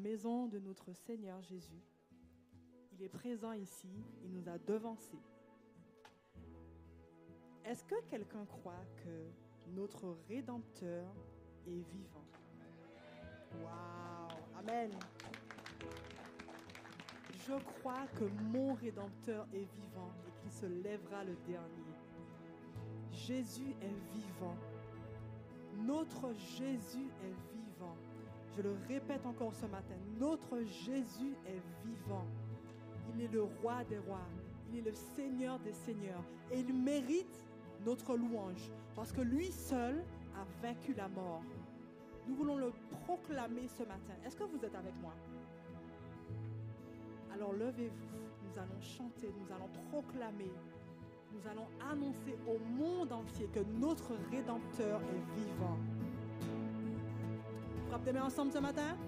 maison de notre Seigneur Jésus. Il est présent ici, il nous a devancés. Est-ce que quelqu'un croit que notre Rédempteur est vivant? Waouh! Amen! Je crois que mon Rédempteur est vivant et qu'il se lèvera le dernier. Jésus est vivant. Notre Jésus est vivant. Je le répète encore ce matin, notre Jésus est vivant. Il est le roi des rois, il est le Seigneur des seigneurs et il mérite notre louange parce que lui seul a vaincu la mort. Nous voulons le proclamer ce matin. Est-ce que vous êtes avec moi? Alors levez-vous, nous allons chanter, nous allons proclamer, nous allons annoncer au monde entier que notre Rédempteur est vivant. Frappe des mains ensemble ce matin.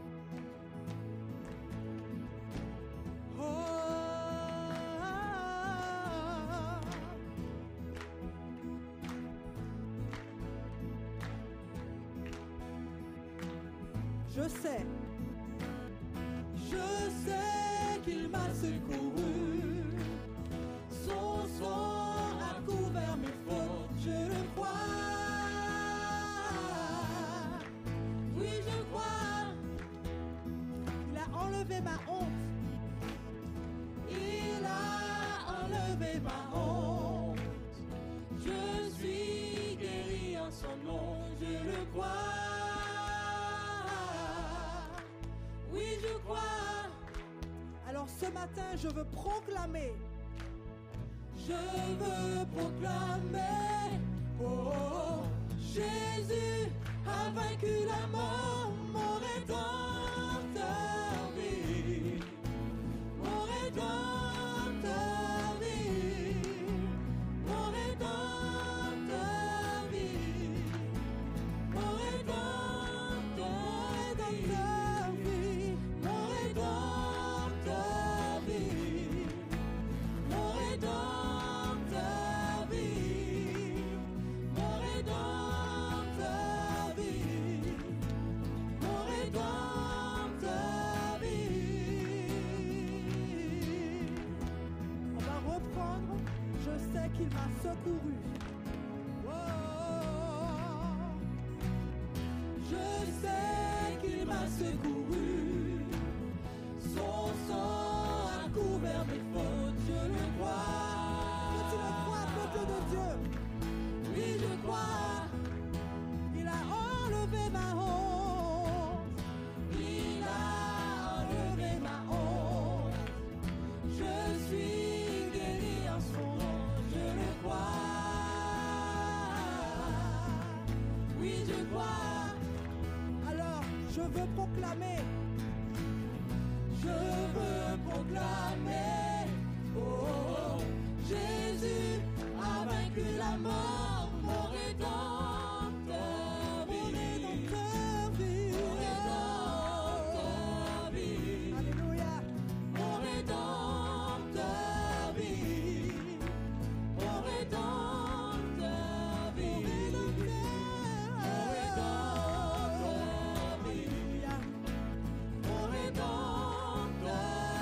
Je sais qu'il m'a secouru. Son sang a couvert mes fautes, je le crois. Oui, je crois. Il a enlevé ma honte. Il a enlevé ma honte. Je suis guéri en son nom, je le crois. Alors ce matin, je veux proclamer, oh, Jésus a vaincu la mort, mon Rédempteur vit, mon Rédempteur vit, mon Rédempteur vit, mon Rédempteur vit, mon Rédempteur. Mon Rédempteur vit, mon Rédempteur vit, mon Rédempteur vit. On va reprendre. Je sais qu'il m'a secouru. Oh, je sais qu'il m'a secouru. Son sang a couvert mes fautes, je le crois. Que tu le crois, peuple de Dieu? Oui, je crois. Il a enlevé ma honte. Il a enlevé ma honte. Je suis guéri en son nom, je le crois. Oui, je crois. Alors, je veux proclamer. Je veux proclamer, oh, Jésus a vaincu la mort, mon Rédempteur vit, mon Rédempteur vit, alléluia, mon Rédempteur vit, mon Rédempteur vit, mon Rédempteur vit, mon Rédempteur.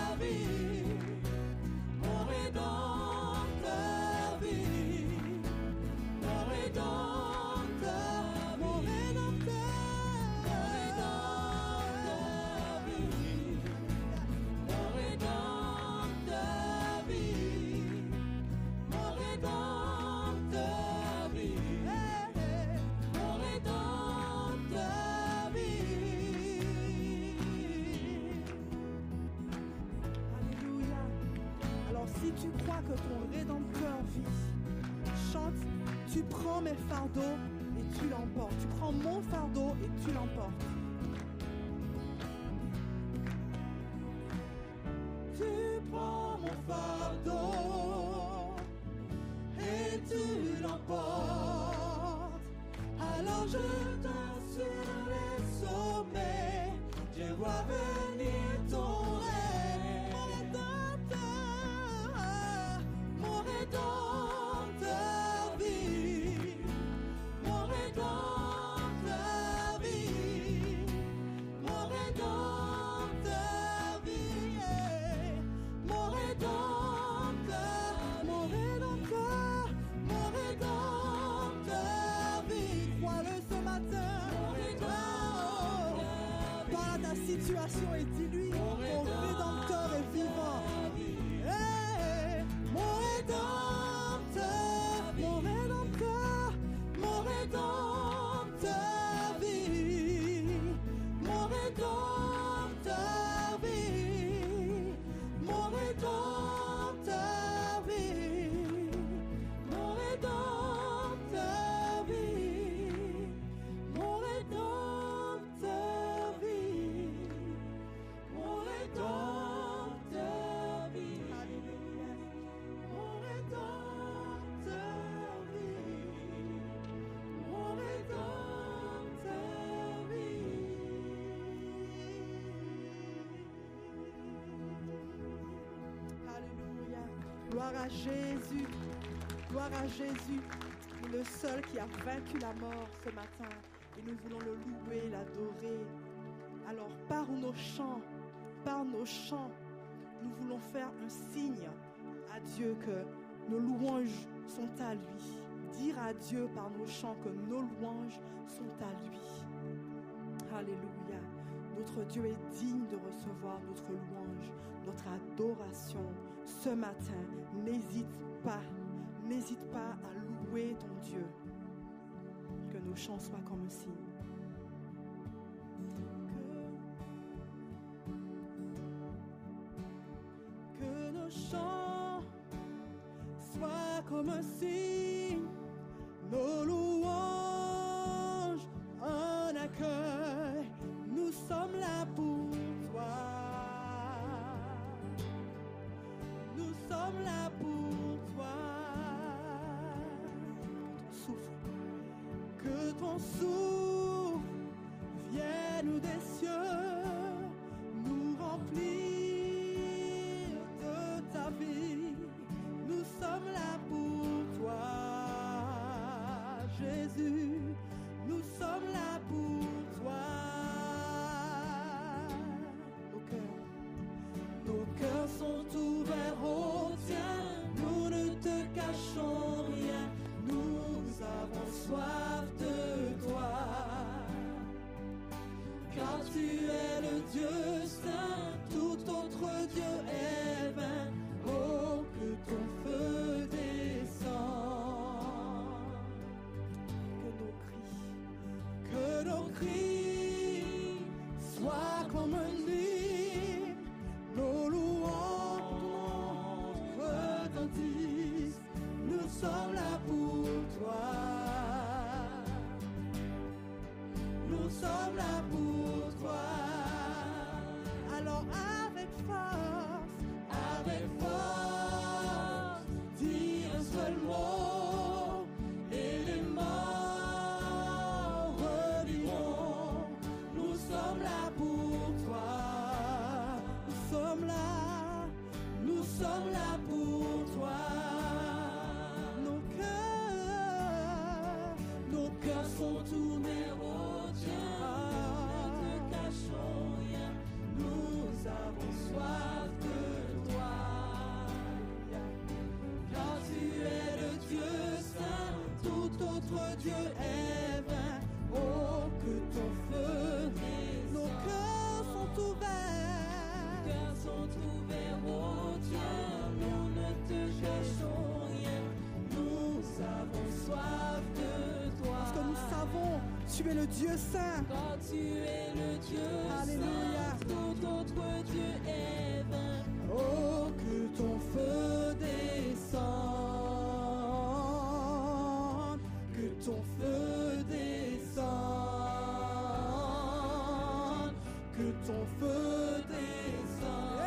Mon Rédempteur vit, mon Rédempteur, mon Rédempteur, mon Rédempteur vit, mon Rédempteur vit, mon Rédempteur vit. Alléluia. Alors si tu crois que ton Rédempteur vit, chante, tu prends mes fardeaux et tu l'emportes. Tu prends mon fardeau et tu l'emportes. Tu prends mon fardeau et tu l'emportes. Alors je danse sur les sommets, je vois venir ton règne. Mon Rédempteur vit, mon Rédempteur vit, mon Rédempteur situation est diluée, ton Rédempteur est vivant. Hey, mon Rédempteur, mon Rédempteur, mon Rédempteur vit. Mon Rédempteur vit. Mon Rédempteur vit. Mon Rédempteur vit. Mon Rédempteur vit. Mon Rédempteur vit. Alléluia. Mon Rédempteur vit. Mon Rédempteur vit. Alléluia. Gloire à Jésus. Gloire à Jésus, le seul qui a vaincu la mort ce matin. Et nous voulons le louer, l'adorer. Alors par nos chants, nous voulons faire un signe à Dieu que nos louanges sont à lui. Dire à Dieu par nos chants que nos louanges sont à lui. Alléluia. Notre Dieu est digne de recevoir notre louange, notre adoration. Ce matin, n'hésite pas à louer ton Dieu. Que nos chants soient comme un signe. Que nos chants soient comme un signe, nos louanges en accueil. Nous sommes là pour toi. Nous sommes là pour toi. Que ton souffle vienne des cieux, nous remplir de ta vie. Nous sommes là pour toi, Jésus. Nous sommes là pour toi. Nos cœurs sont ouverts au tien. Nous ne te cachons rien. Nous avons soif de toi, car tu es le Dieu saint, tout autre Dieu est vain. Oh, que ton feu descend, que nos cris soient comme un hymne, nos louanges retentissent. Nous sommes là pour toi. Nous sommes là pour toi. Alors avec force, dis un seul mot et les morts revivront. Nous sommes là pour toi. Nous sommes là pour toi. Nos cœurs sont ouverts au tien. Ne te cachons rien. Nous avons soif de toi. Car tu es le Dieu saint, tout autre Dieu est vain. Oh, que ton feu descende. Nos cœurs sont ouverts. Nos cœurs sont ouverts au tien. Nous ne te cachons rien. Nous avons soif de toi. Parce que nous savons, tu es le Dieu saint. Quand tu es le Dieu Alléluia. Saint, tout autre Dieu est vain. Oh, que ton feu descende. Que ton feu descende. Que ton feu descende.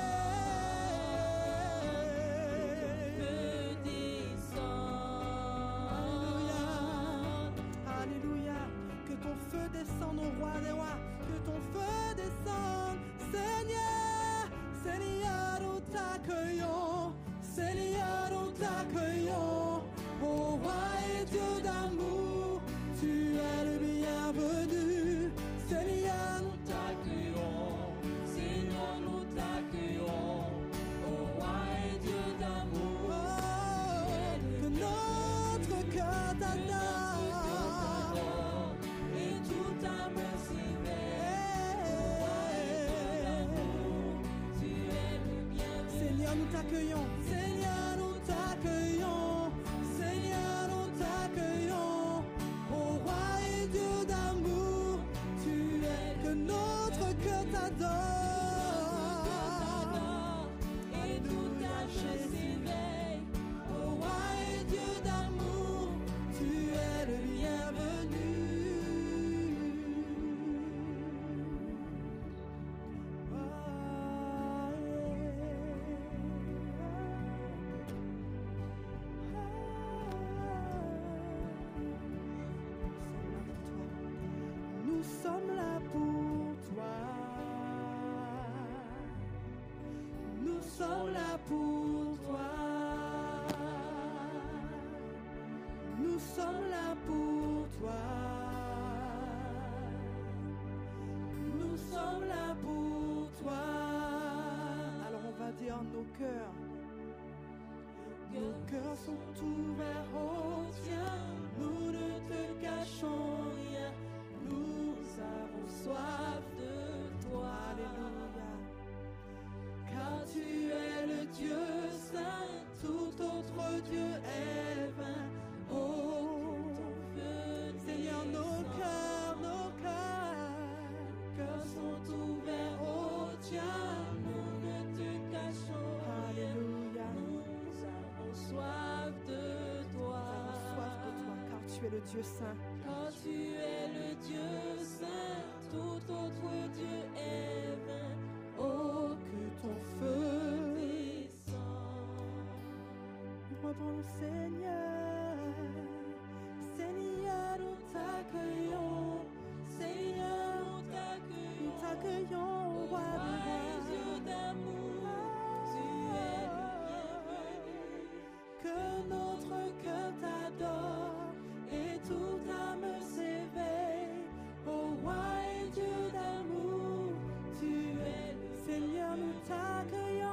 Alléluia. Que ton feu descende au roi des rois. Que ton feu descende. Seigneur, Seigneur, nous t'accueillons. Seigneur, nous t'accueillons. Ô roi et Dieu d'amour, tu es le bienvenu. Seigneur, nous t'accueillons. nous t'accueillons. Seigneur, nous t'accueillons. Seigneur, nous t'accueillons. Ô roi et Dieu d'amour, tu es que notre cœur t'adore. Et tout ta chair s'éveille. Ô roi et Dieu d'amour, tu es le bienvenu. Nous sommes là pour toi. Nous sommes là pour toi. Nous sommes là pour toi. Nous sommes là pour toi. Alors on va dire nos cœurs. Nos cœurs sont ouverts au tien. Nous ne te cachons rien. Nous avons soif de toi. Alléluia. Car tu es le Dieu saint, tout autre Dieu est vain. Oh, Seigneur, nos cœurs sont ouverts au tien. Nous ne te cachons rien. Alléluia. Nous avons soif de toi. Nous avons soif de toi, car tu es le Dieu saint. Car tu es le Dieu saint, tout autre Dieu est vain. Oh, que ton feu descend. Nous rendons le Seigneur. Seigneur, nous t'accueillons. Seigneur, nous t'accueillons, roi des Dieu d'amour. Tu es le bienvenu. Que notre cœur t'adore et toute âme s'éveille. Ô roi et Dieu d'amour, tu es le Seigneur, nous t'accueillons.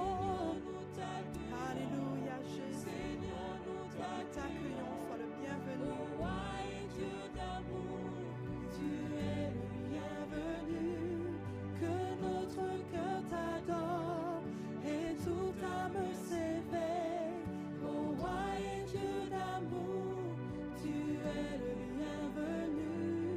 Alléluia, Jésus. Seigneur, nous t'accueillons, sois le bienvenu. Ô roi et Dieu d'amour, tu es le bienvenu. Que notre cœur t'adore et toute âme s'éveille. Ô roi et Dieu d'amour, tu es le bienvenu.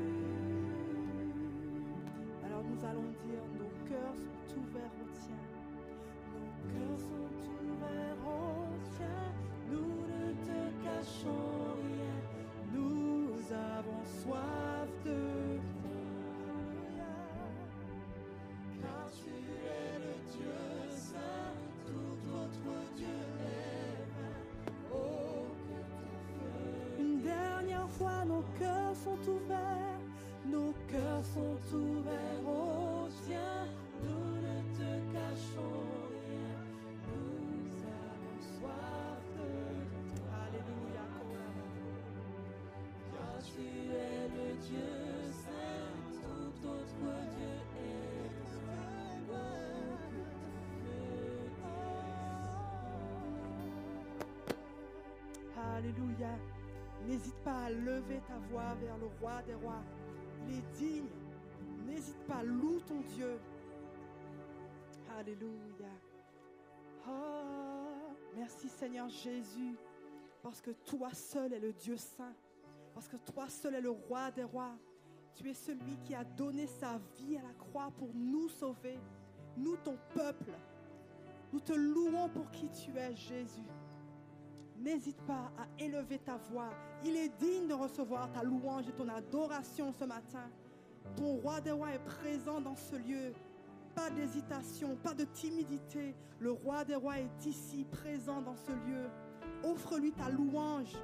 Alors nous allons dire, nos cœurs sont ouverts au tien. Nos cœurs sont ouverts au tien. Nous ne te cachons rien. Nous avons soif de toi. Car tu es le Dieu saint, tout autre Dieu est vain. Oh, que ton feu. Une dernière fois, nos cœurs sont ouverts. Nos cœurs sont ouverts au tien. Nous ne te cachons rien. Nous avons soif de toi. Alléluia. Car tu es le Dieu saint, tout autre Dieu est vain. Alléluia. N'hésite pas à lever ta voix vers le roi des rois. Il est digne. N'hésite pas, loue ton Dieu. Alléluia. Oh, merci Seigneur Jésus, parce que toi seul est le Dieu saint, parce que toi seul est le roi des rois. Tu es celui qui a donné sa vie à la croix pour nous sauver, nous ton peuple. Nous te louons pour qui tu es, Jésus. N'hésite pas à élever ta voix. Il est digne de recevoir ta louange et ton adoration ce matin. Ton roi des rois est présent dans ce lieu. Pas d'hésitation, pas de timidité. Le roi des rois est ici, présent dans ce lieu. Offre-lui ta louange.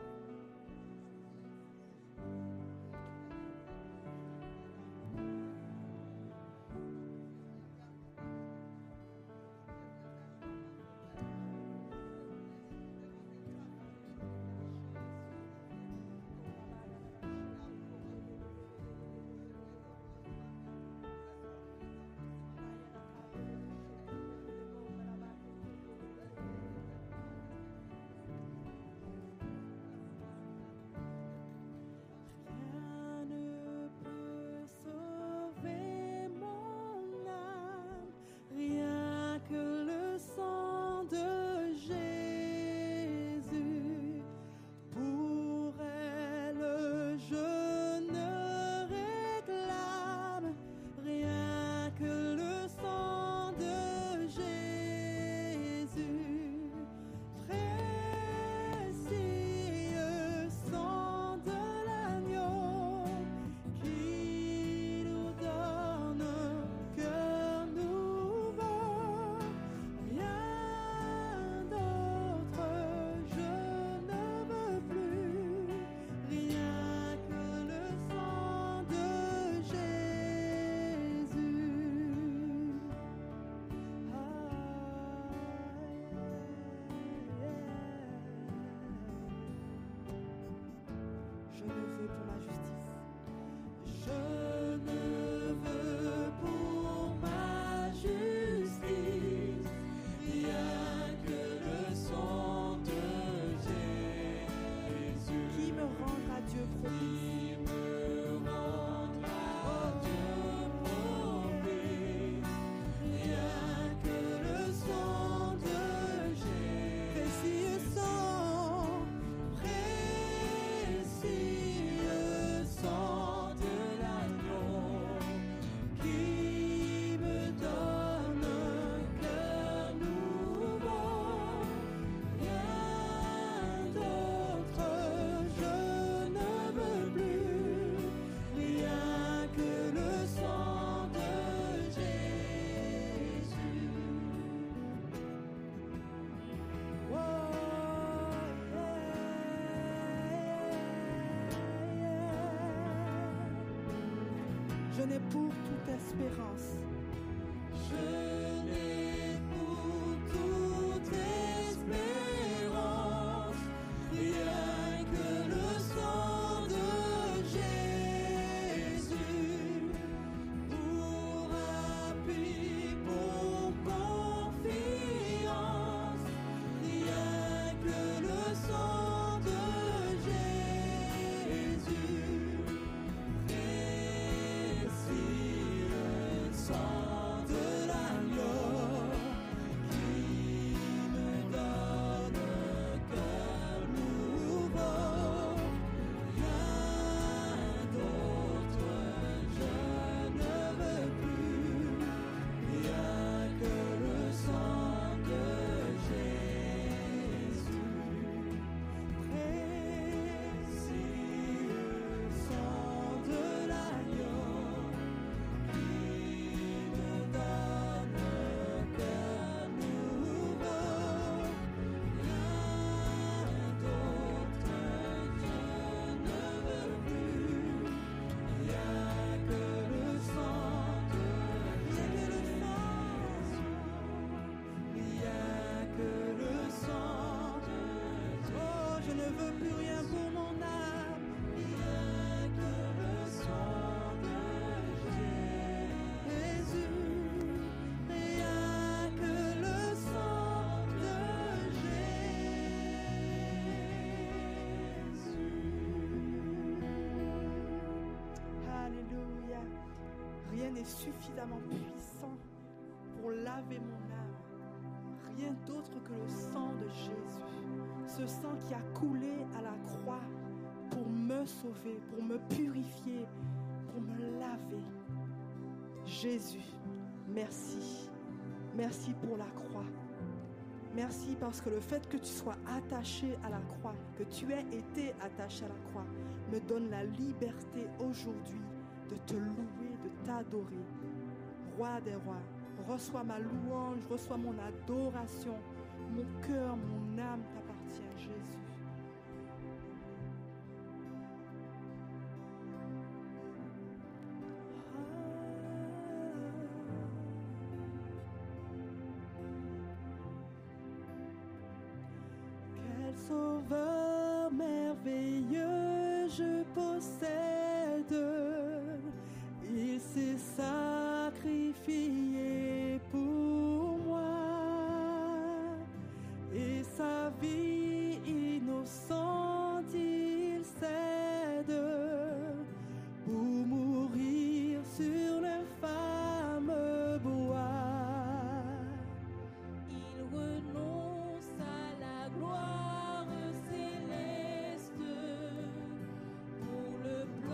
n'ai pour toute espérance. Je n'ai pour toute espérance rien que le sang de Jésus pour appui, pour confiance. Rien que le sang de Jésus. Précieux sang de l'agneau qui me donne un cœur nouveau. Rien d'autre je ne veux plus, rien que le sang de Jésus. Précieux sang de l'agneau qui me donne un cœur nouveau. Rien d'autre je ne veux plus, rien que le sang de Jésus. Rien que le sang de Jésus. Oh, je ne veux plus rien pour mon âme. Rien que le sang de Jésus, rien que le sang de Jésus. Alléluia. Rien n'est suffisamment puissant pour laver mon âme. Rien d'autre que le sang de Jésus. Ce sang qui a coulé à la croix pour me sauver, pour me purifier, pour me laver. Jésus, merci. Merci pour la croix. Merci parce que le fait que tu sois attaché à la croix, que tu aies été attaché à la croix, me donne la liberté aujourd'hui de te louer, de t'adorer. Roi des rois, reçois ma louange, reçois mon adoration. Mon cœur, mon âme t'appartient, Jésus. Quel sauveur merveilleux je possède. Il s'est sacrifié pour moi. Et sa vie innocente il cède pour mourir sur le fameux bois. Il renonce à la gloire céleste pour le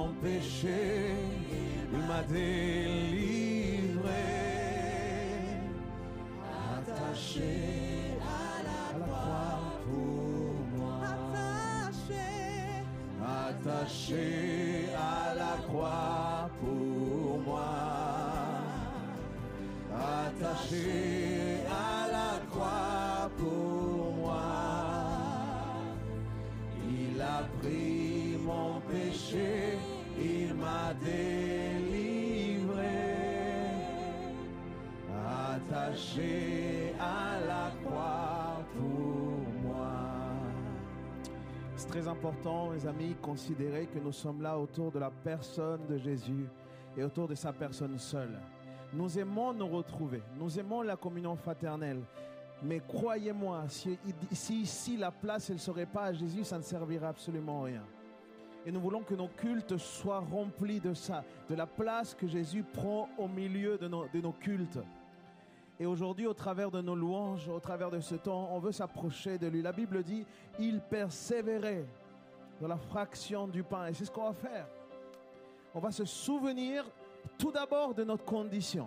mon péché, il m'a délivré. Attaché à la croix pour moi. Attaché à la croix pour moi. Attaché à la croix pour moi. Il a pris mon péché, il m'a délivré. Attaché à la croix pour moi. C'est très important, mes amis, considérer que nous sommes là autour de la personne de Jésus et autour de sa personne seule. Nous aimons nous retrouver, nous aimons la communion fraternelle. Mais croyez-moi, si ici la place ne serait pas à Jésus, ça ne servira absolument à rien. Et nous voulons que nos cultes soient remplis de ça, de la place que Jésus prend au milieu de nos cultes. Et aujourd'hui, au travers de nos louanges, au travers de ce temps, on veut s'approcher de lui. La Bible dit, il persévérait dans la fraction du pain. Et c'est ce qu'on va faire. On va se souvenir tout d'abord de notre condition.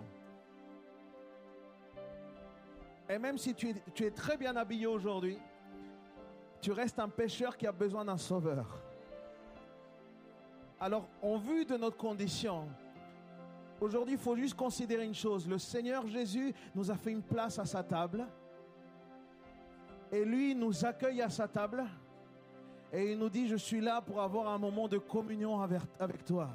Et même si tu es très bien habillé aujourd'hui, tu restes un pécheur qui a besoin d'un sauveur. Alors, en vue de notre condition, aujourd'hui, il faut juste considérer une chose. Le Seigneur Jésus nous a fait une place à sa table. Et lui nous accueille à sa table. Et il nous dit, je suis là pour avoir un moment de communion avec toi.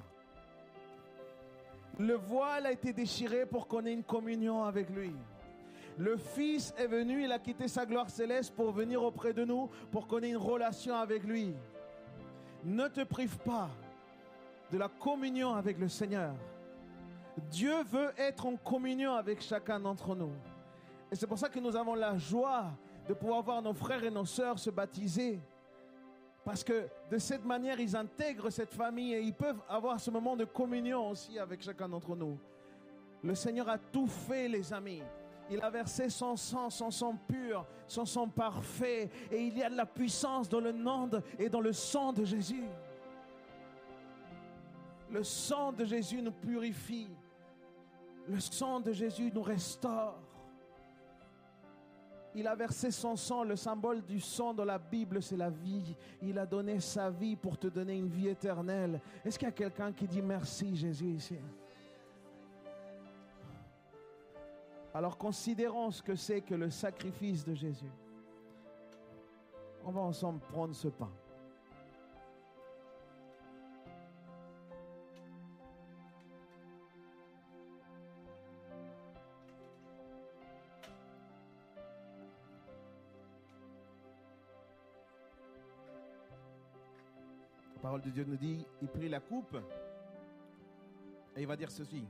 Le voile a été déchiré pour qu'on ait une communion avec lui. Le Fils est venu, il a quitté sa gloire céleste pour venir auprès de nous, pour qu'on ait une relation avec lui. Ne te prive pas de la communion avec le Seigneur. Dieu veut être en communion avec chacun d'entre nous. Et c'est pour ça que nous avons la joie de pouvoir voir nos frères et nos sœurs se baptiser. Parce que de cette manière, ils intègrent cette famille et ils peuvent avoir ce moment de communion aussi avec chacun d'entre nous. Le Seigneur a tout fait, les amis. Il a versé son sang pur, son sang parfait. Et il y a de la puissance dans le nom et dans le sang de Jésus. Le sang de Jésus nous purifie. Le sang de Jésus nous restaure. Il a versé son sang, le symbole du sang dans la Bible, c'est la vie. Il a donné sa vie pour te donner une vie éternelle. Est-ce qu'il y a quelqu'un qui dit merci Jésus ici? Alors considérons ce que c'est que le sacrifice de Jésus. On va ensemble prendre ce pain. La parole de Dieu nous dit, il prit la coupe et il va dire ceci.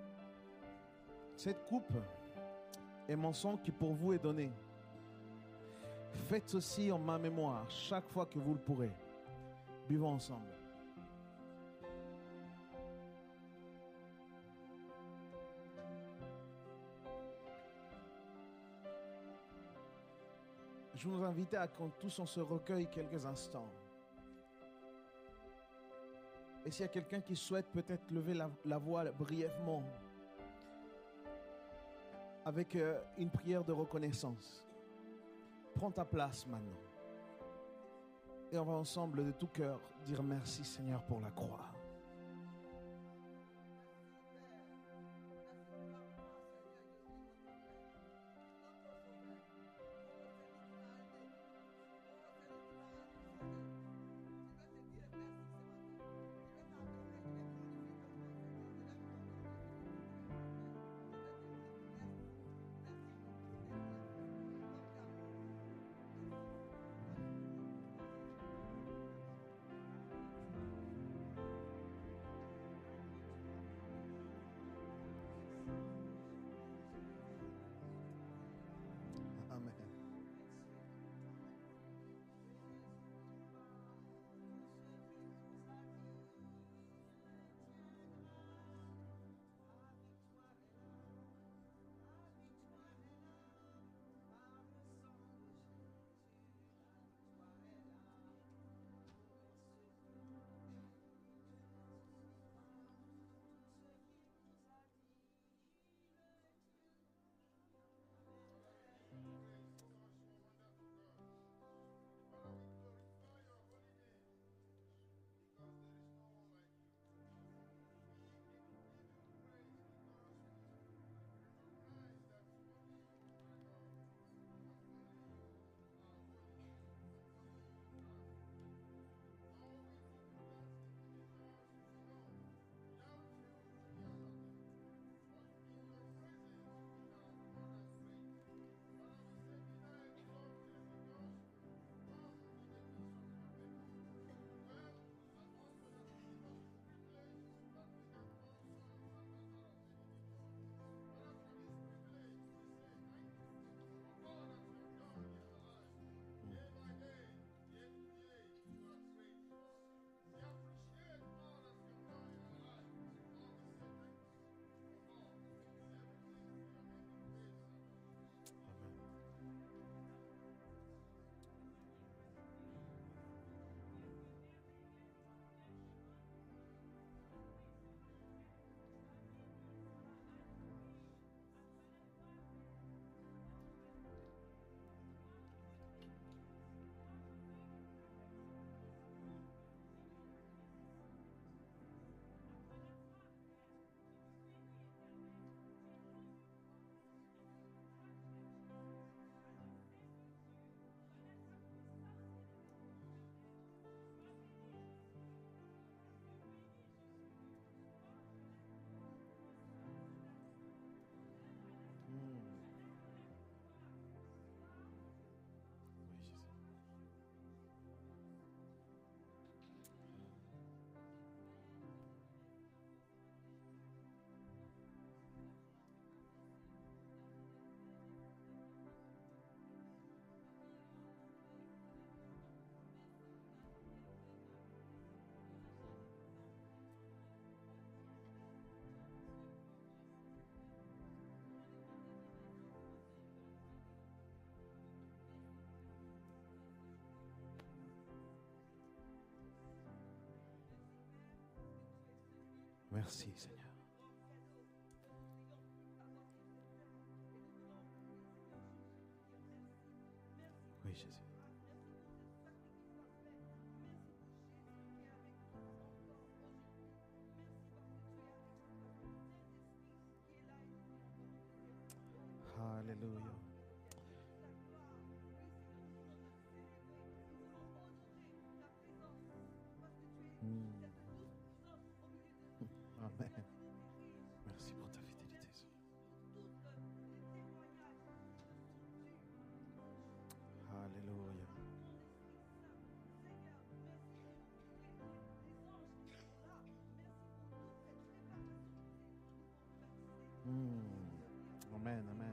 Cette coupe est mon sang qui pour vous est donné. Faites ceci en ma mémoire chaque fois que vous le pourrez. Buvons ensemble. Je vous invite à qu'on tous on se recueille quelques instants. Et s'il y a quelqu'un qui souhaite peut-être lever la voix brièvement avec une prière de reconnaissance, prends ta place maintenant. Et on va ensemble de tout cœur dire merci Seigneur pour la croix. Merci, Seigneur. Oui, Jésus. Alléluia. Amen. Merci pour ta fidélité, Seigneur. Alléluia. Amen, amen.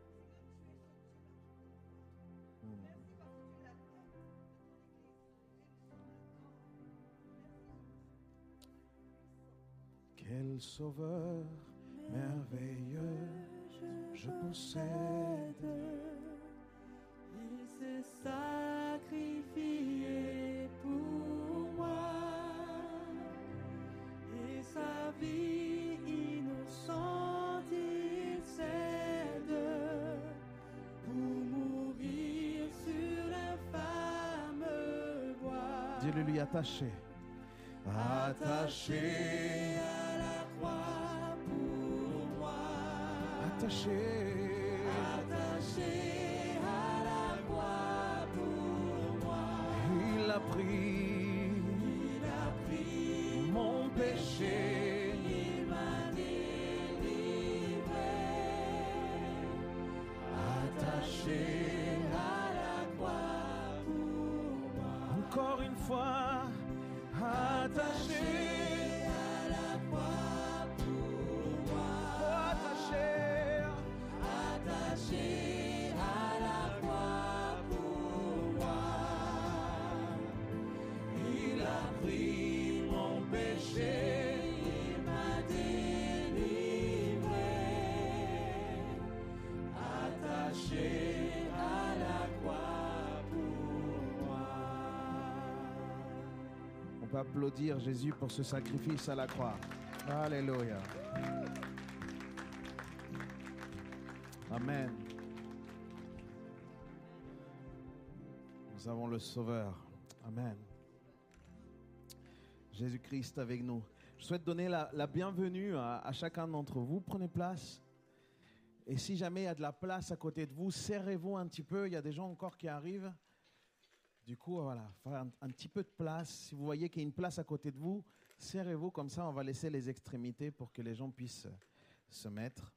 Quel sauveur merveilleux je possède. Il s'est sacrifié pour moi et sa vie innocente il cède pour mourir sur l'infâme bois. Dis-le lui attaché. Attaché à la croix pour moi. Attaché. Attaché à la croix pour moi. Il a pris mon péché. Il m'a délivré. Attaché à la croix pour moi. Encore une fois. Attaché à la croix pour moi. Attaché. Attaché à la croix pour moi. Il a pris mon péché, il m'a délivré. Attaché à la croix pour moi. On peut applaudir Jésus pour ce sacrifice à la croix. Alléluia. Amen. Nous avons le Sauveur. Amen. Jésus-Christ avec nous. Je souhaite donner la bienvenue à chacun d'entre vous. Prenez place. Et si jamais il y a de la place à côté de vous, serrez-vous un petit peu. Il y a des gens encore qui arrivent. Du coup, voilà, faire un petit peu de place. Si vous voyez qu'il y a une place à côté de vous, serrez-vous. Comme ça, on va laisser les extrémités pour que les gens puissent se mettre,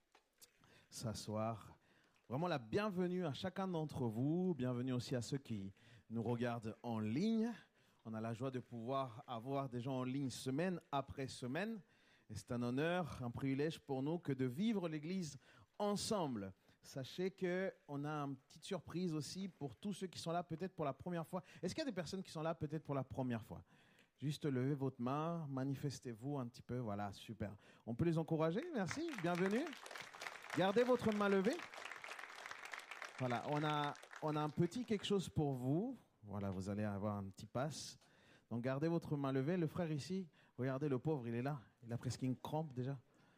s'asseoir. Vraiment la bienvenue à chacun d'entre vous. Bienvenue aussi à ceux qui nous regardent en ligne. On a la joie de pouvoir avoir des gens en ligne semaine après semaine. Et c'est un honneur, un privilège pour nous que de vivre l'Église ensemble. Sachez qu'on a une petite surprise aussi pour tous ceux qui sont là peut-être pour la première fois. Est-ce qu'il y a des personnes qui sont là peut-être pour la première fois? Juste levez votre main, manifestez-vous un petit peu. Voilà, super. On peut les encourager, merci, bienvenue. Gardez votre main levée. Voilà, on a un petit quelque chose pour vous. Voilà, vous allez avoir un petit pass. Donc gardez votre main levée. Le frère ici, regardez le pauvre, il est là. Il a presque une crampe déjà.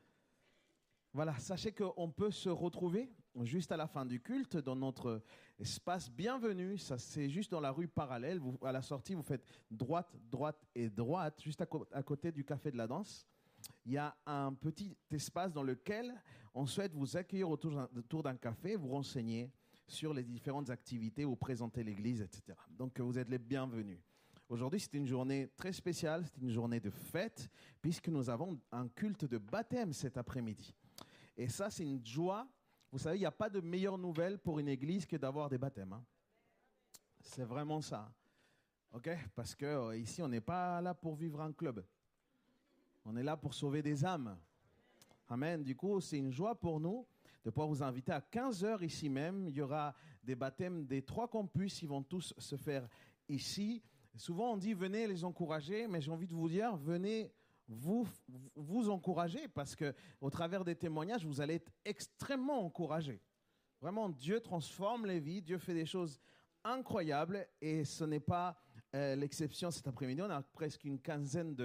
Voilà, sachez qu'on peut se retrouver juste à la fin du culte dans notre espace bienvenue. Ça, c'est juste dans la rue parallèle. À la sortie, vous faites droite, droite et droite, juste à côté du Café de la Danse. Il y a un petit espace dans lequel on souhaite vous accueillir autour d'un café, vous renseigner sur les différentes activités, vous présenter l'église, etc. Donc, vous êtes les bienvenus. Aujourd'hui, c'est une journée très spéciale, c'est une journée de fête, puisque nous avons un culte de baptême cet après-midi. Et ça, c'est une joie. Vous savez, il n'y a pas de meilleure nouvelle pour une église que d'avoir des baptêmes. Hein. C'est vraiment ça. OK? Parce qu'ici, on n'est pas là pour vivre un club. On est là pour sauver des âmes. Amen. Du coup, c'est une joie pour nous de pouvoir vous inviter à 15h ici même. Il y aura des baptêmes des 3 campus. Ils vont tous se faire ici. Souvent, on dit venez les encourager, mais j'ai envie de vous dire, venez vous encourager parce qu'au travers des témoignages, vous allez être extrêmement encouragés. Vraiment, Dieu transforme les vies, Dieu fait des choses incroyables et ce n'est pas l'exception cet après-midi. On a presque une quinzaine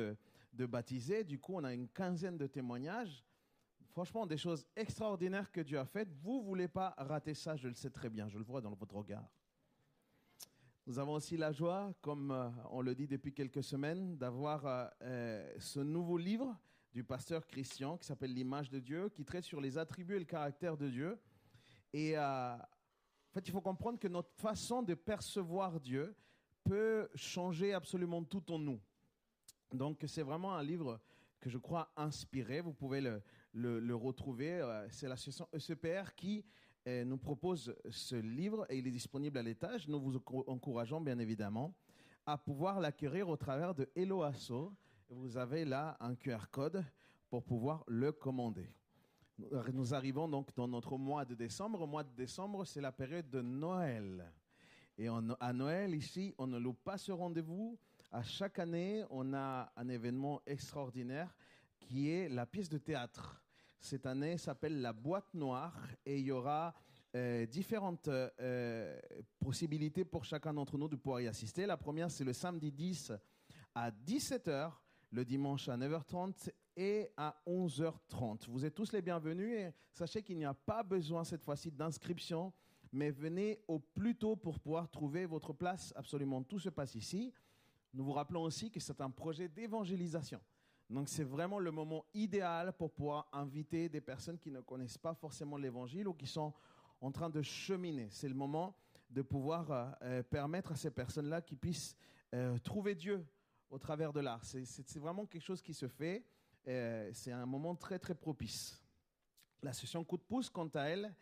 de baptisés. Du coup, on a une quinzaine de témoignages. Franchement, des choses extraordinaires que Dieu a faites. Vous ne voulez pas rater ça, je le sais très bien, je le vois dans votre regard. Nous avons aussi la joie, comme on le dit depuis quelques semaines, d'avoir ce nouveau livre du pasteur Christian qui s'appelle L'image de Dieu, qui traite sur les attributs et le caractère de Dieu. Et en fait, il faut comprendre que notre façon de percevoir Dieu peut changer absolument tout en nous. Donc, c'est vraiment un livre que je crois inspiré. Vous pouvez le retrouver. C'est l'association ECPR qui nous propose ce livre et il est disponible à l'étage. Nous vous encourageons bien évidemment à pouvoir l'acquérir au travers de Hello Asso. Vous avez là un QR code pour pouvoir le commander. Nous arrivons donc dans notre mois de décembre. Le mois de décembre, c'est la période de Noël. Et à Noël, ici, on ne loupe pas ce rendez-vous. À chaque année, on a un événement extraordinaire qui est la pièce de théâtre. Cette année s'appelle La Boîte Noire et il y aura différentes possibilités pour chacun d'entre nous de pouvoir y assister. La première, c'est le samedi 10 à 17h, le dimanche à 9h30 et à 11h30. Vous êtes tous les bienvenus et sachez qu'il n'y a pas besoin cette fois-ci d'inscription, mais venez au plus tôt pour pouvoir trouver votre place. Absolument tout se passe ici. Nous vous rappelons aussi que c'est un projet d'évangélisation. Donc, c'est vraiment le moment idéal pour pouvoir inviter des personnes qui ne connaissent pas forcément l'Évangile ou qui sont en train de cheminer. C'est le moment de pouvoir permettre à ces personnes-là qu'ils puissent trouver Dieu au travers de l'art. C'est vraiment quelque chose qui se fait. C'est un moment très, très propice. La session Coup de pouce, quant à elle,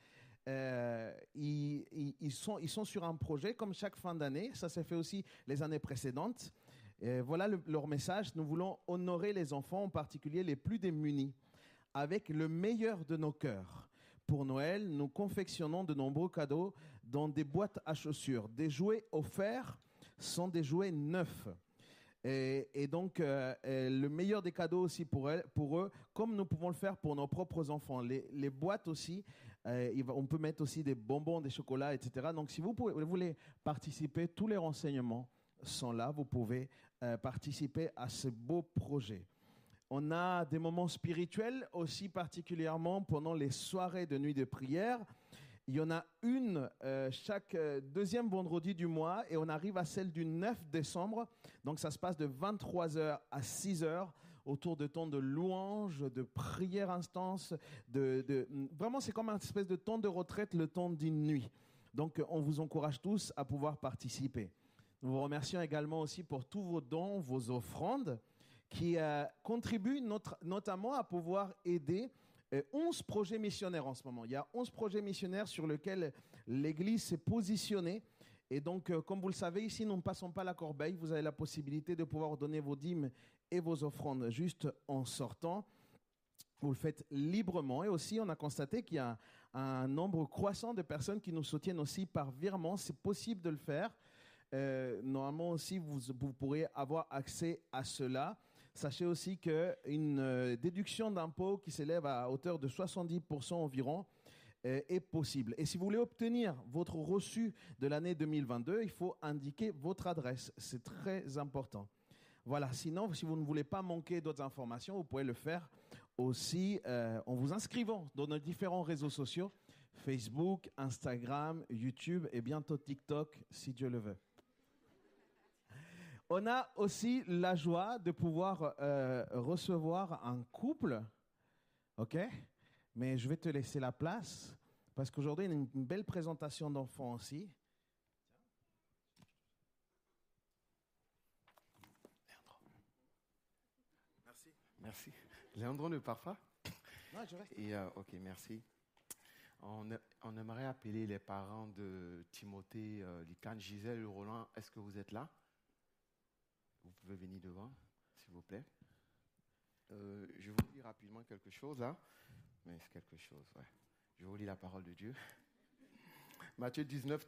ils sont sur un projet comme chaque fin d'année. Ça s'est fait aussi les années précédentes. Voilà leur message. Nous voulons honorer les enfants, en particulier les plus démunis, avec le meilleur de nos cœurs. Pour Noël, nous confectionnons de nombreux cadeaux dans des boîtes à chaussures. Des jouets offerts sont des jouets neufs. Et donc, le meilleur des cadeaux aussi pour eux, comme nous pouvons le faire pour nos propres enfants. Les boîtes aussi, on peut mettre aussi des bonbons, des chocolats, etc. Donc, si vous voulez participer, tous les renseignements sont là. Vous pouvez participer à ce beau projet. On a des moments spirituels aussi, particulièrement pendant les soirées de nuit de prière. Il y en a une chaque deuxième vendredi du mois et on arrive à celle du 9 décembre. Donc, ça se passe de 23h à 6h autour de temps de louange, de prière intense. Vraiment, c'est comme une espèce de temps de retraite, le temps d'une nuit. Donc, on vous encourage tous à pouvoir participer. Nous vous remercions également aussi pour tous vos dons, vos offrandes qui contribuent notamment à pouvoir aider 11 projets missionnaires en ce moment. Il y a 11 projets missionnaires sur lesquels l'Église s'est positionnée. Et donc, comme vous le savez, ici, nous ne passons pas la corbeille. Vous avez la possibilité de pouvoir donner vos dîmes et vos offrandes juste en sortant. Vous le faites librement. Et aussi, on a constaté qu'il y a un nombre croissant de personnes qui nous soutiennent aussi par virement. C'est possible de le faire. Normalement aussi, vous pourrez avoir accès à cela. Sachez aussi qu'une déduction d'impôt qui s'élève à hauteur de 70% environ est possible. Et si vous voulez obtenir votre reçu de l'année 2022, il faut indiquer votre adresse. C'est très important. Voilà, sinon, si vous ne voulez pas manquer d'autres informations, vous pouvez le faire aussi en vous inscrivant dans nos différents réseaux sociaux, Facebook, Instagram, YouTube et bientôt TikTok, si Dieu le veut. On a aussi la joie de pouvoir recevoir un couple, ok? Mais je vais te laisser la place parce qu'aujourd'hui, il y a une belle présentation d'enfants aussi. Merci. Merci. Léandro ne part pas? Non, je reste. Ok, merci. On aimerait appeler les parents de Timothée Licane, Gisèle Roland. Est-ce que vous êtes là? Vous pouvez venir devant, s'il vous plaît. Je vais vous dire rapidement quelque chose là. Mais c'est quelque chose, ouais. Je vous lis la parole de Dieu. Matthieu 19,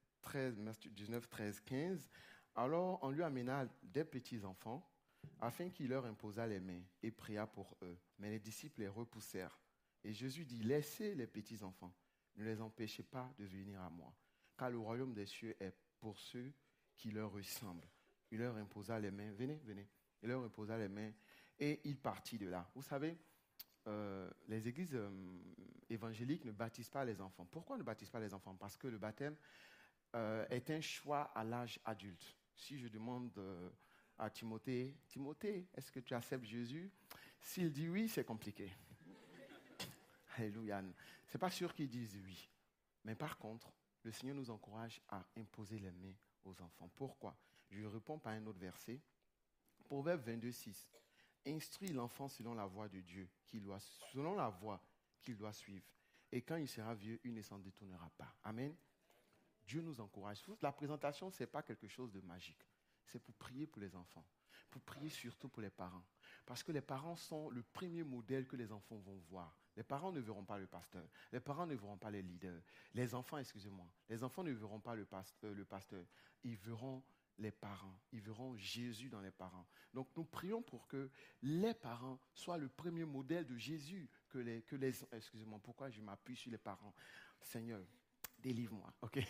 13, 15. Alors on lui amena des petits enfants afin qu'il leur imposât les mains et pria pour eux. Mais les disciples les repoussèrent. Et Jésus dit, laissez les petits enfants, ne les empêchez pas de venir à moi, car le royaume des cieux est pour ceux qui leur ressemblent. Il leur imposa les mains, venez. Il leur imposa les mains Et il partit de là. Vous savez, les églises évangéliques ne baptisent pas les enfants. Pourquoi ne baptisent pas les enfants? Parce que le baptême est un choix à l'âge adulte. Si je demande à Timothée, est-ce que tu acceptes Jésus? S'il dit oui, c'est compliqué. Alléluia. C'est pas sûr qu'ils disent oui. Mais par contre, le Seigneur nous encourage à imposer les mains aux enfants. Pourquoi? Je réponds par un autre verset. Proverbe 22:6. Instruis l'enfant selon la voie de Dieu, selon la voie qu'il doit suivre. Et quand il sera vieux, il ne s'en détournera pas. Amen. Dieu nous encourage. La présentation, ce n'est pas quelque chose de magique. C'est pour prier pour les enfants. Pour prier surtout pour les parents. Parce que les parents sont le premier modèle que les enfants vont voir. Les parents ne verront pas le pasteur. Les parents ne verront pas les leaders. Les enfants, les enfants ne verront pas le pasteur. Ils verront les parents. Ils verront Jésus dans les parents. Donc nous prions pour que les parents soient le premier modèle de Jésus. Excusez-moi, pourquoi je m'appuie sur les parents? Seigneur, délivre-moi. Ok.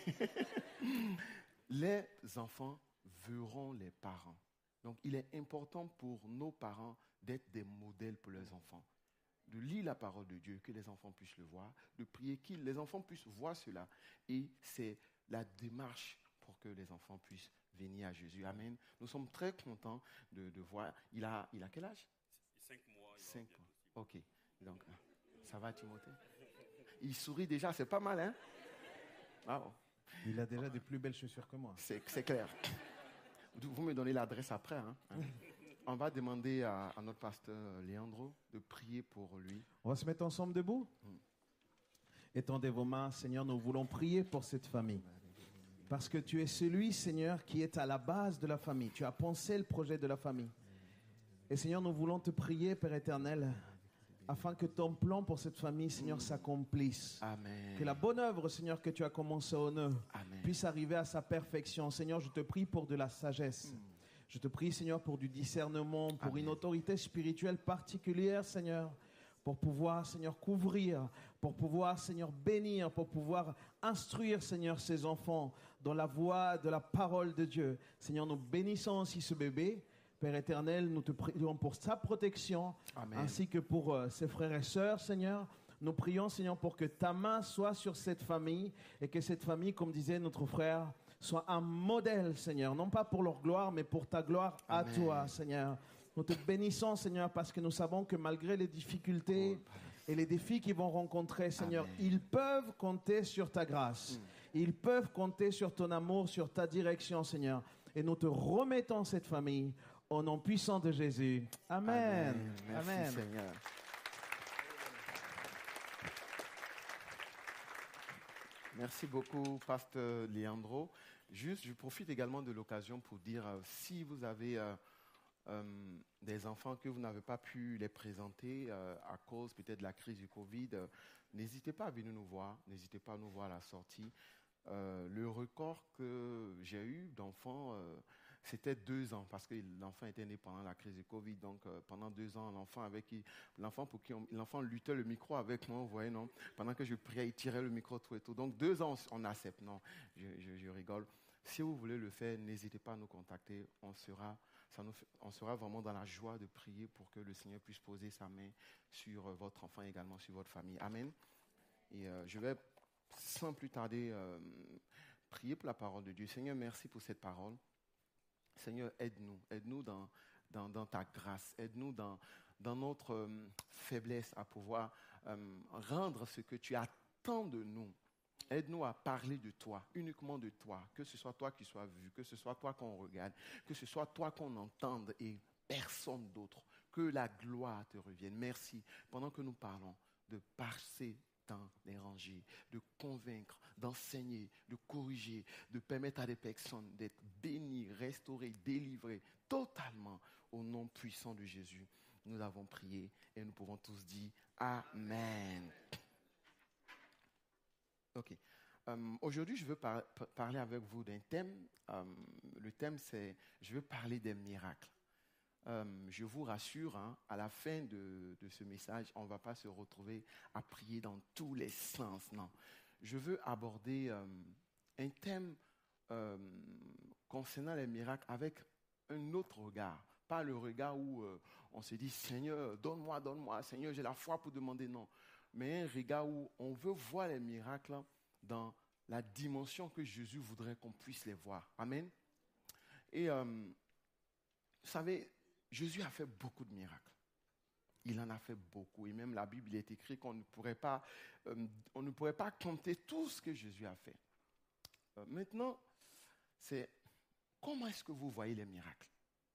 Les enfants verront les parents. Donc il est important pour nos parents d'être des modèles pour leurs enfants. De lire la parole de Dieu, que les enfants puissent le voir, de prier que les enfants puissent voir cela. Et c'est la démarche pour que les enfants puissent venir à Jésus. Amen. Nous sommes très contents de voir. Il a quel âge? 5 mois. 5 mois. Ok. Donc, ça va, Timothée? Il sourit déjà, c'est pas mal, hein? Wow. Il a déjà des plus belles chaussures que moi. C'est clair. Vous me donnez l'adresse après. Hein? On va demander à notre pasteur Leandro de prier pour lui. On va se mettre ensemble debout. Étendez vos mains, Seigneur, nous voulons prier pour cette famille. Parce que tu es celui, Seigneur, qui est à la base de la famille. Tu as pensé le projet de la famille. Et Seigneur, nous voulons te prier, Père éternel, afin que ton plan pour cette famille, Seigneur, s'accomplisse. Amen. Que la bonne œuvre, Seigneur, que tu as commencée en eux, puisse arriver à sa perfection. Seigneur, je te prie pour de la sagesse. Je te prie, Seigneur, pour du discernement, pour une autorité spirituelle particulière, Seigneur, pour pouvoir, Seigneur, couvrir, pour pouvoir, Seigneur, bénir, pour pouvoir instruire, Seigneur, ces enfants dans la voie de la parole de Dieu. Seigneur, nous bénissons aussi ce bébé. Père éternel, nous te prions pour sa protection, ainsi que pour ses frères et sœurs, Seigneur. Nous prions, Seigneur, pour que ta main soit sur cette famille et que cette famille, comme disait notre frère, soit un modèle, Seigneur. Non pas pour leur gloire, mais pour ta gloire à toi, Seigneur. Nous te bénissons, Seigneur, parce que nous savons que malgré les difficultés et les défis qu'ils vont rencontrer, Seigneur, ils peuvent compter sur ta grâce. Ils peuvent compter sur ton amour, sur ta direction, Seigneur. Et nous te remettons cette famille au nom puissant de Jésus. Amen. Merci, Amen. Seigneur. Merci beaucoup, pasteur Leandro. Juste, je profite également de l'occasion pour dire, si vous avez des enfants que vous n'avez pas pu les présenter à cause peut-être de la crise du Covid, n'hésitez pas à venir nous voir. N'hésitez pas à nous voir à la sortie. Le record que j'ai eu d'enfants, c'était 2 ans, parce que l'enfant était né pendant la crise du Covid. Donc, pendant 2 ans, l'enfant luttait le micro avec moi, vous voyez, non? Pendant que je priais, il tirait le micro, tout et tout. Donc, 2 ans, on accepte. Non, je rigole. Si vous voulez le faire, n'hésitez pas à nous contacter. On sera vraiment dans la joie de prier pour que le Seigneur puisse poser sa main sur votre enfant et également sur votre famille. Amen. Et je vais, sans plus tarder, prier pour la parole de Dieu. Seigneur, merci pour cette parole. Seigneur, aide-nous dans ta grâce, aide-nous dans notre faiblesse à pouvoir rendre ce que tu attends de nous. Aide-nous à parler de toi, uniquement de toi, que ce soit toi qui sois vu, que ce soit toi qu'on regarde, que ce soit toi qu'on entende et personne d'autre, que la gloire te revienne. Merci, pendant que nous parlons, de passer dans les rangées, de convaincre, d'enseigner, de corriger, de permettre à des personnes d'être bénies, restaurées, délivrées totalement au nom puissant de Jésus. Nous avons prié et nous pouvons tous dire Amen. Ok. Aujourd'hui, je veux parler avec vous d'un thème. Le thème, c'est je veux parler des miracles. Je vous rassure, à la fin de ce message, on ne va pas se retrouver à prier dans tous les sens. Non. Je veux aborder un thème concernant les miracles avec un autre regard. Pas le regard où on se dit, Seigneur, donne-moi, donne-moi, Seigneur, j'ai la foi pour demander, non. Mais un regard où on veut voir les miracles dans la dimension que Jésus voudrait qu'on puisse les voir. Amen. Et vous savez, Jésus a fait beaucoup de miracles. Il en a fait beaucoup. Et même la Bible, il est écrit qu'on ne pourrait pas compter tout ce que Jésus a fait. Maintenant, c'est comment est-ce que vous voyez les miracles?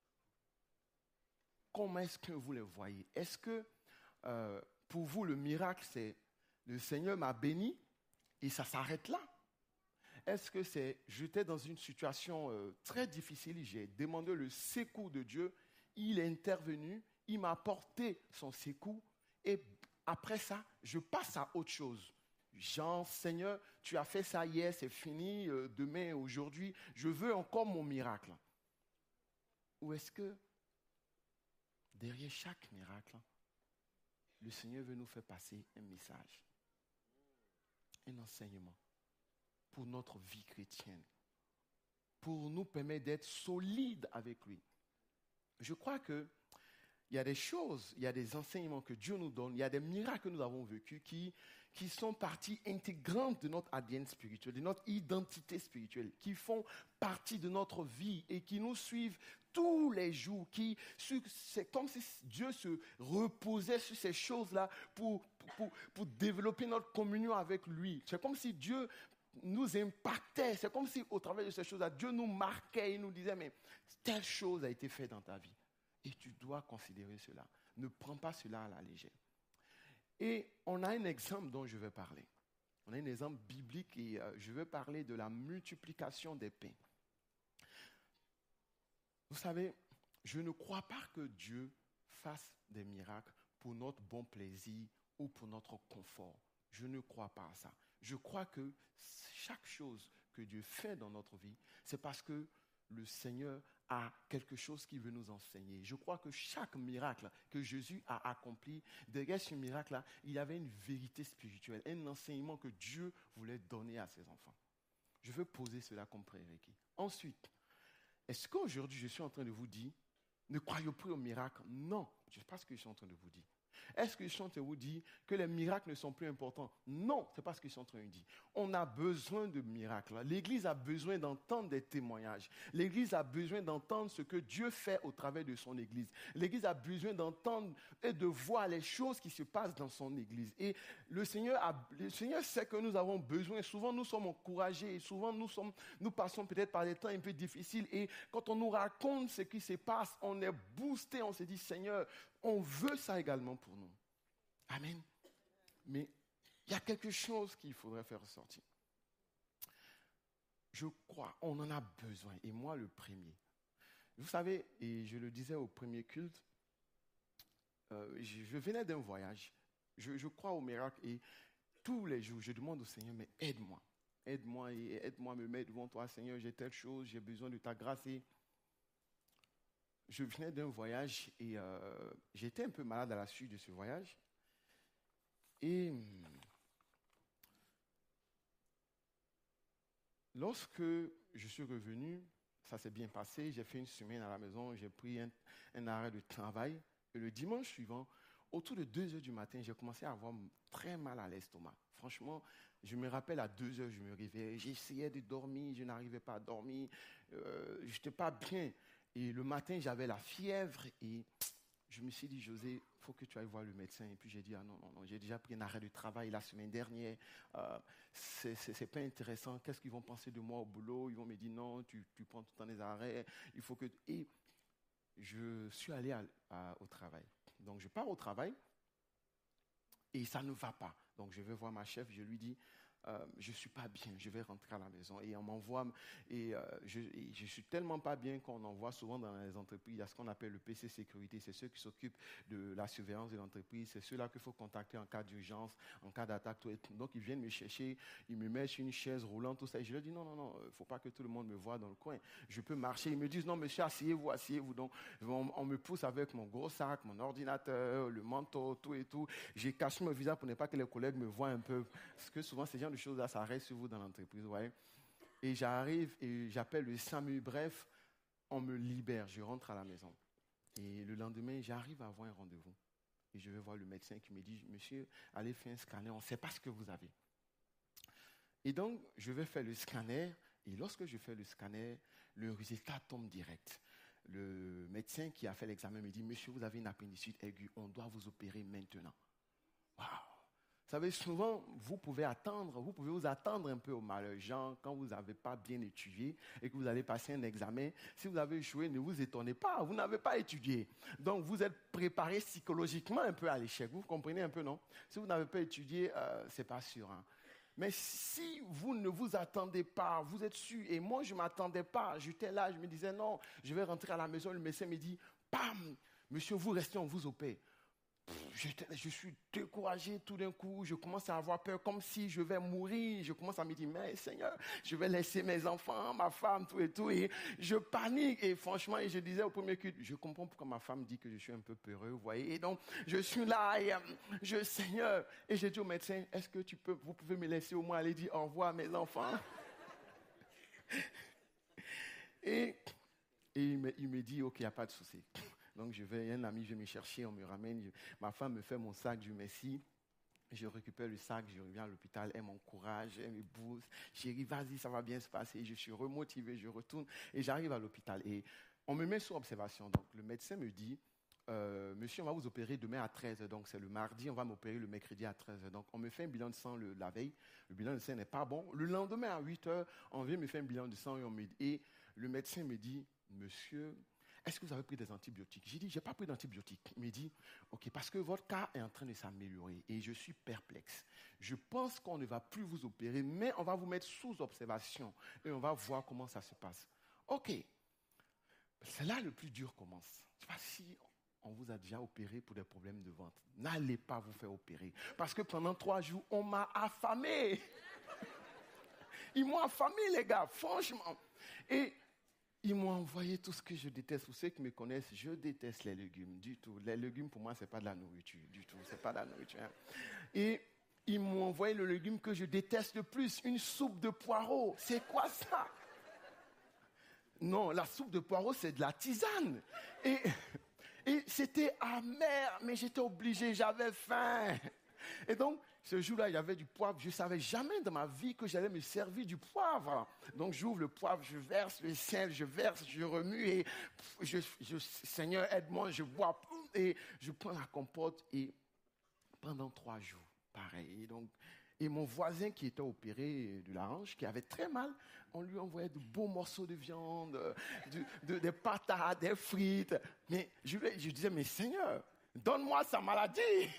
Comment est-ce que vous les voyez? Est-ce que pour vous, le miracle, c'est le Seigneur m'a béni et ça s'arrête là? Est-ce que c'est j'étais dans une situation très difficile, j'ai demandé le secours de Dieu, il est intervenu, il m'a apporté son secours et après ça, je passe à autre chose. Genre, Seigneur, tu as fait ça hier, c'est fini, demain, aujourd'hui, je veux encore mon miracle. Ou est-ce que derrière chaque miracle, le Seigneur veut nous faire passer un message, un enseignement pour notre vie chrétienne, pour nous permettre d'être solides avec lui. Je crois qu'il y a des choses, il y a des enseignements que Dieu nous donne, il y a des miracles que nous avons vécus qui sont partie intégrante de notre ADN spirituel, de notre identité spirituelle, qui font partie de notre vie et qui nous suivent tous les jours. C'est comme si Dieu se reposait sur ces choses-là pour développer notre communion avec lui. C'est comme si Dieu nous impactait. C'est comme si au travers de ces choses-là, Dieu nous marquait et nous disait, mais telle chose a été faite dans ta vie. Et tu dois considérer cela. Ne prends pas cela à la légère. Et on a un exemple dont je vais parler. On a un exemple biblique et je vais parler de la multiplication des pains. Vous savez, je ne crois pas que Dieu fasse des miracles pour notre bon plaisir ou pour notre confort. Je ne crois pas à ça. Je crois que chaque chose que Dieu fait dans notre vie, c'est parce que le Seigneur a quelque chose qu'il veut nous enseigner. Je crois que chaque miracle que Jésus a accompli, derrière ce miracle-là, il y avait une vérité spirituelle, un enseignement que Dieu voulait donner à ses enfants. Je veux poser cela comme prérequis. Ensuite, est-ce qu'aujourd'hui je suis en train de vous dire, ne croyez plus aux miracles? Non, ce n'est pas ce que je suis en train de vous dire. Est-ce que je suis en train de vous dire que les miracles ne sont plus importants? Non, ce n'est pas ce que je suis en train de dire. On a besoin de miracles. L'Église a besoin d'entendre des témoignages. L'Église a besoin d'entendre ce que Dieu fait au travers de son Église. L'Église a besoin d'entendre et de voir les choses qui se passent dans son Église. Et le Seigneur sait que nous avons besoin. Souvent, nous sommes encouragés. Et souvent, nous passons peut-être par des temps un peu difficiles. Et quand on nous raconte ce qui se passe, on est boosté. On se dit, Seigneur, on veut ça également pour nous. Amen. Mais il y a quelque chose qu'il faudrait faire ressortir. Je crois, on en a besoin. Et moi, le premier. Vous savez, et je le disais au premier culte, je venais d'un voyage. Je crois au miracle et tous les jours, je demande au Seigneur, mais aide-moi. Aide-moi et aide-moi à me mettre devant toi, Seigneur, j'ai telle chose, j'ai besoin de ta grâce. Et je venais d'un voyage et j'étais un peu malade à la suite de ce voyage. Et lorsque je suis revenu, ça s'est bien passé. J'ai fait une semaine à la maison, j'ai pris un arrêt de travail. Et le dimanche suivant, autour de 2 heures du matin, j'ai commencé à avoir très mal à l'estomac. Franchement, je me rappelle à 2 heures, je me réveillais. J'essayais de dormir, je n'arrivais pas à dormir. Je n'étais pas bien. Et le matin, j'avais la fièvre et je me suis dit, José, il faut que tu ailles voir le médecin. Et puis j'ai dit, non, j'ai déjà pris un arrêt de travail la semaine dernière. C'est pas intéressant. Qu'est-ce qu'ils vont penser de moi au boulot? Ils vont me dire, non, tu prends tout le temps des arrêts. Il faut que... Et je suis allé au travail. Donc je pars au travail et ça ne va pas. Donc je vais voir ma chef, je lui dis, je ne suis pas bien, je vais rentrer à la maison. Et on m'envoie, je suis tellement pas bien qu'on envoie souvent dans les entreprises, il y a ce qu'on appelle le PC sécurité, c'est ceux qui s'occupent de la surveillance de l'entreprise, c'est ceux-là qu'il faut contacter en cas d'urgence, en cas d'attaque. Donc ils viennent me chercher, ils me mettent sur une chaise roulante, tout ça. Et je leur dis, non, il ne faut pas que tout le monde me voie dans le coin. Je peux marcher. Ils me disent, non monsieur, asseyez-vous. Donc on me pousse avec mon gros sac, mon ordinateur, le manteau, tout et tout. J'ai caché mon visage pour ne pas que les collègues me voient un peu. Parce que souvent, ces gens de choses-là, ça reste sur vous dans l'entreprise. Ouais. Et j'arrive et j'appelle le SAMU. Bref, on me libère. Je rentre à la maison. Et le lendemain, j'arrive à avoir un rendez-vous. Et je vais voir le médecin qui me dit, monsieur, allez faire un scanner, on ne sait pas ce que vous avez. Et donc, je vais faire le scanner. Et lorsque je fais le scanner, le résultat tombe direct. Le médecin qui a fait l'examen me dit, monsieur, vous avez une appendicite aiguë, on doit vous opérer maintenant. Waouh! Vous savez, souvent, vous pouvez vous attendre un peu au malheur. Genre, quand vous n'avez pas bien étudié et que vous allez passer un examen, si vous avez échoué, ne vous étonnez pas, vous n'avez pas étudié. Donc, vous êtes préparé psychologiquement un peu à l'échec. Vous comprenez un peu, non? Si vous n'avez pas étudié, ce n'est pas sûr. Hein. Mais si vous ne vous attendez pas, vous êtes sûr, et moi je ne m'attendais pas, j'étais là, je me disais non, je vais rentrer à la maison, le médecin me dit, bam, monsieur, vous restez, on vous opère. Je suis découragé tout d'un coup, je commence à avoir peur comme si je vais mourir, je commence à me dire, mais Seigneur, je vais laisser mes enfants, ma femme, tout, et je panique, et franchement, je disais au premier culte, je comprends pourquoi ma femme dit que je suis un peu peureux, vous voyez, et donc, je suis là, et Seigneur, et j'ai dit au médecin, est-ce que vous pouvez me laisser au moins aller dire au revoir à mes enfants? Et il me dit, ok, il n'y a pas de souci. Donc, un ami vient me chercher, on me ramène. Ma femme me fait mon sac, Dieu merci. Je récupère le sac, je reviens à l'hôpital, elle m'encourage, elle me booste. J'ai dit, vas-y, ça va bien se passer. Je suis remotivé, je retourne et j'arrive à l'hôpital. Et on me met sous observation. Donc, le médecin me dit, monsieur, on va vous opérer demain à 13h. Donc, c'est le mardi, on va m'opérer le mercredi à 13h. Donc, on me fait un bilan de sang la veille. Le bilan de sang n'est pas bon. Le lendemain à 8h, on vient me faire un bilan de sang et le médecin me dit, monsieur, est-ce que vous avez pris des antibiotiques? J'ai dit, je n'ai pas pris d'antibiotiques. Il me dit, ok, parce que votre cas est en train de s'améliorer et je suis perplexe. Je pense qu'on ne va plus vous opérer, mais on va vous mettre sous observation et on va voir comment ça se passe. Ok, c'est là le plus dur commence. Je ne sais pas si on vous a déjà opéré pour des problèmes de ventre. N'allez pas vous faire opérer parce que pendant 3 jours, on m'a affamé. Ils m'ont affamé, les gars, franchement. Et ils m'ont envoyé tout ce que je déteste. Pour ceux qui me connaissent, je déteste les légumes, du tout. Les légumes, pour moi, ce n'est pas de la nourriture, du tout. Ce n'est pas de la nourriture. Hein. Et ils m'ont envoyé le légume que je déteste le plus, une soupe de poireaux. C'est quoi ça? Non, la soupe de poireaux, c'est de la tisane. Et c'était amer, mais j'étais obligé, j'avais faim. Et donc, ce jour-là, il y avait du poivre. Je ne savais jamais dans ma vie que j'allais me servir du poivre. Donc, j'ouvre le poivre, je verse le sel, je verse, je remue et Seigneur, aide-moi, je bois et je prends la compote et pendant 3 jours, pareil. Et mon voisin qui était opéré de la hanche, qui avait très mal, on lui envoyait de beaux morceaux de viande, des patates, des frites. Mais je disais, mais Seigneur, donne-moi sa maladie.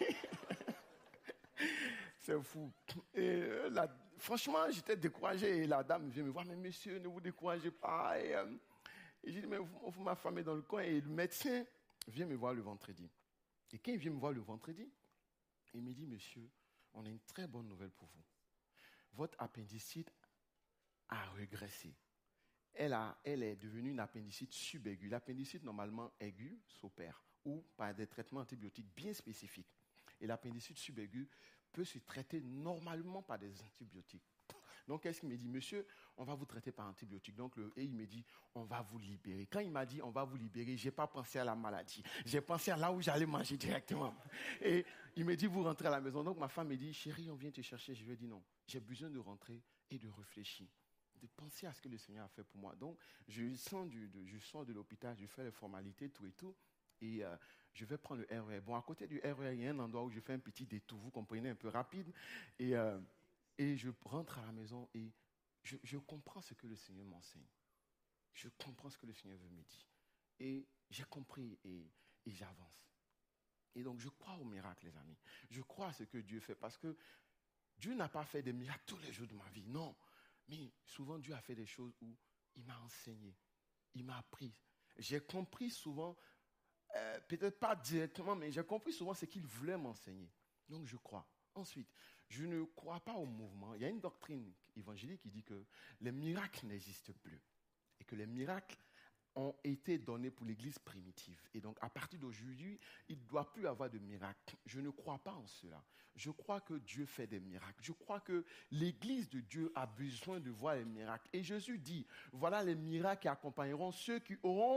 C'est fou. Et franchement, j'étais découragé. Et la dame vient me voir, mais monsieur, ne vous découragez pas. Et j'ai dit, mais vous m'affamez dans le coin. Et le médecin vient me voir le vendredi. Et quand il vient me voir le vendredi, il me dit, monsieur, on a une très bonne nouvelle pour vous. Votre appendicite a régressé. Elle est devenue une appendicite subaiguë. L'appendicite, normalement aiguë, s'opère ou par des traitements antibiotiques bien spécifiques. Et l'appendicite subaiguë peut se traiter normalement par des antibiotiques. Donc, qu'est-ce qu'il me dit? Monsieur, on va vous traiter par antibiotiques. Et il me dit, on va vous libérer. Quand il m'a dit, on va vous libérer, je n'ai pas pensé à la maladie. J'ai pensé à là où j'allais manger directement. Et il me dit, vous rentrez à la maison. Donc, ma femme me dit, chérie, on vient te chercher. Je lui ai dit, non, j'ai besoin de rentrer et de réfléchir, de penser à ce que le Seigneur a fait pour moi. Donc, je sors de l'hôpital, je fais les formalités, tout et tout. Et je vais prendre le RER. Bon, à côté du RER, il y a un endroit où je fais un petit détour, vous comprenez, un peu rapide. Et je rentre à la maison et je comprends ce que le Seigneur m'enseigne. Je comprends ce que le Seigneur veut me dire. Et j'ai compris et j'avance. Et donc, je crois au miracle, les amis. Je crois à ce que Dieu fait parce que Dieu n'a pas fait des miracles tous les jours de ma vie, non. Mais souvent, Dieu a fait des choses où il m'a enseigné, il m'a appris. J'ai compris souvent, peut-être pas directement, mais j'ai compris souvent ce qu'il voulait m'enseigner. Donc, je crois. Ensuite, je ne crois pas au mouvement. Il y a une doctrine évangélique qui dit que les miracles n'existent plus et que les miracles ont été donnés pour l'Église primitive. Et donc, à partir d'aujourd'hui, il ne doit plus avoir de miracles. Je ne crois pas en cela. Je crois que Dieu fait des miracles. Je crois que l'Église de Dieu a besoin de voir les miracles. Et Jésus dit, voilà les miracles qui accompagneront ceux qui auront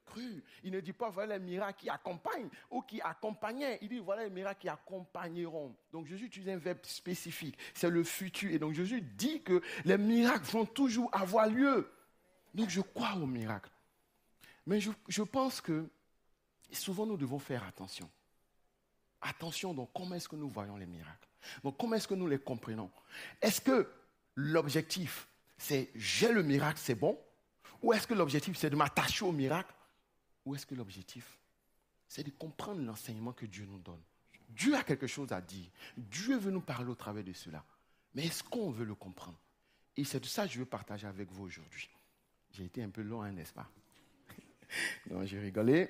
cru. Il ne dit pas voilà les miracles qui accompagnent ou qui accompagnaient. Il dit voilà les miracles qui accompagneront. Donc Jésus utilise un verbe spécifique. C'est le futur. Et donc Jésus dit que les miracles vont toujours avoir lieu. Donc je crois aux miracles. Mais je pense que souvent nous devons faire attention. Attention donc comment est-ce que nous voyons les miracles. Donc comment est-ce que nous les comprenons. Est-ce que l'objectif c'est j'ai le miracle, c'est bon? Ou est-ce que l'objectif c'est de m'attacher au miracle? Ou est-ce que l'objectif, c'est de comprendre l'enseignement que Dieu nous donne? Dieu a quelque chose à dire. Dieu veut nous parler au travers de cela. Mais est-ce qu'on veut le comprendre? Et c'est de ça que je veux partager avec vous aujourd'hui. J'ai été un peu long, hein, n'est-ce pas? Non, j'ai rigolé.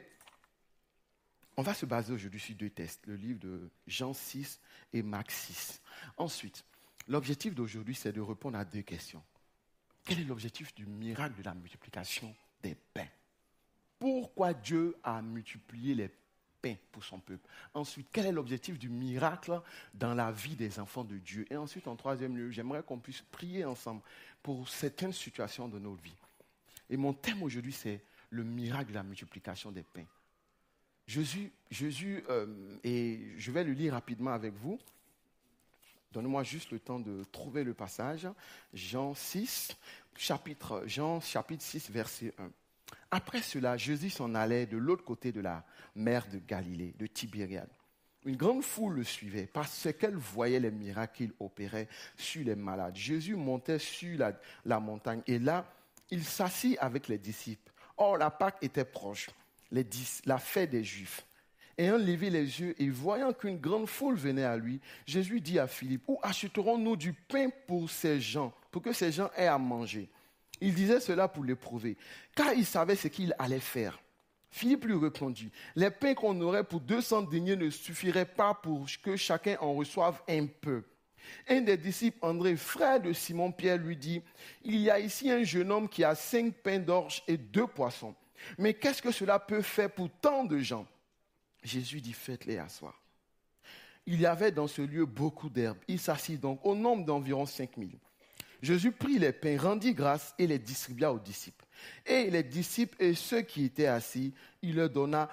On va se baser aujourd'hui sur 2 textes, le livre de Jean 6 et Marc 6. Ensuite, l'objectif d'aujourd'hui, c'est de répondre à 2 questions. Quel est l'objectif du miracle de la multiplication des pains? Pourquoi Dieu a multiplié les pains pour son peuple? Ensuite, quel est l'objectif du miracle dans la vie des enfants de Dieu? Et ensuite, en 3e lieu, j'aimerais qu'on puisse prier ensemble pour certaines situations de nos vies. Et mon thème aujourd'hui, c'est le miracle de la multiplication des pains. Jésus, et je vais le lire rapidement avec vous. Donnez-moi juste le temps de trouver le passage. Jean chapitre 6, verset 1. Après cela, Jésus s'en allait de l'autre côté de la mer de Galilée, de Tibériade. Une grande foule le suivait parce qu'elle voyait les miracles qu'il opérait sur les malades. Jésus montait sur la montagne et là, il s'assit avec les disciples. Or, la Pâque était proche, la fête des Juifs. Ayant levé les yeux et voyant qu'une grande foule venait à lui, Jésus dit à Philippe, où achèterons-nous du pain pour ces gens, pour que ces gens aient à manger? Il disait cela pour l'éprouver, car il savait ce qu'il allait faire. Philippe lui répondit, les pains qu'on aurait pour 200 deniers ne suffiraient pas pour que chacun en reçoive un peu. Un des disciples, André, frère de Simon-Pierre, lui dit, il y a ici un jeune homme qui a 5 pains d'orge et 2 poissons. Mais qu'est-ce que cela peut faire pour tant de gens? Jésus dit, faites-les asseoir. Il y avait dans ce lieu beaucoup d'herbes. Il s'assit donc au nombre d'environ 5000. Jésus prit les pains, rendit grâce et les distribua aux disciples. Et les disciples et ceux qui étaient assis, il leur donna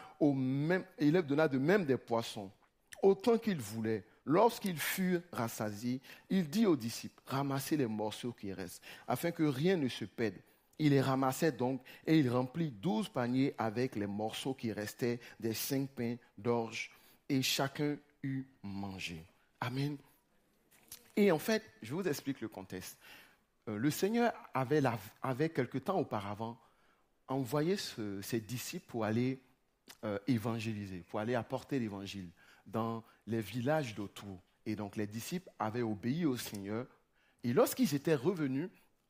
de même des poissons, autant qu'ils voulaient. Lorsqu'ils furent rassasiés, il dit aux disciples, ramassez les morceaux qui restent, afin que rien ne se perde. Il les ramassait donc et il remplit 12 paniers avec les morceaux qui restaient des 5 pains d'orge et chacun eut mangé. Amen. Et en fait, je vous explique le contexte. Le Seigneur avait quelque temps auparavant envoyé ses disciples pour aller évangéliser, pour aller apporter l'évangile dans les villages d'autour. Et donc les disciples avaient obéi au Seigneur. Et lorsqu'ils étaient revenus,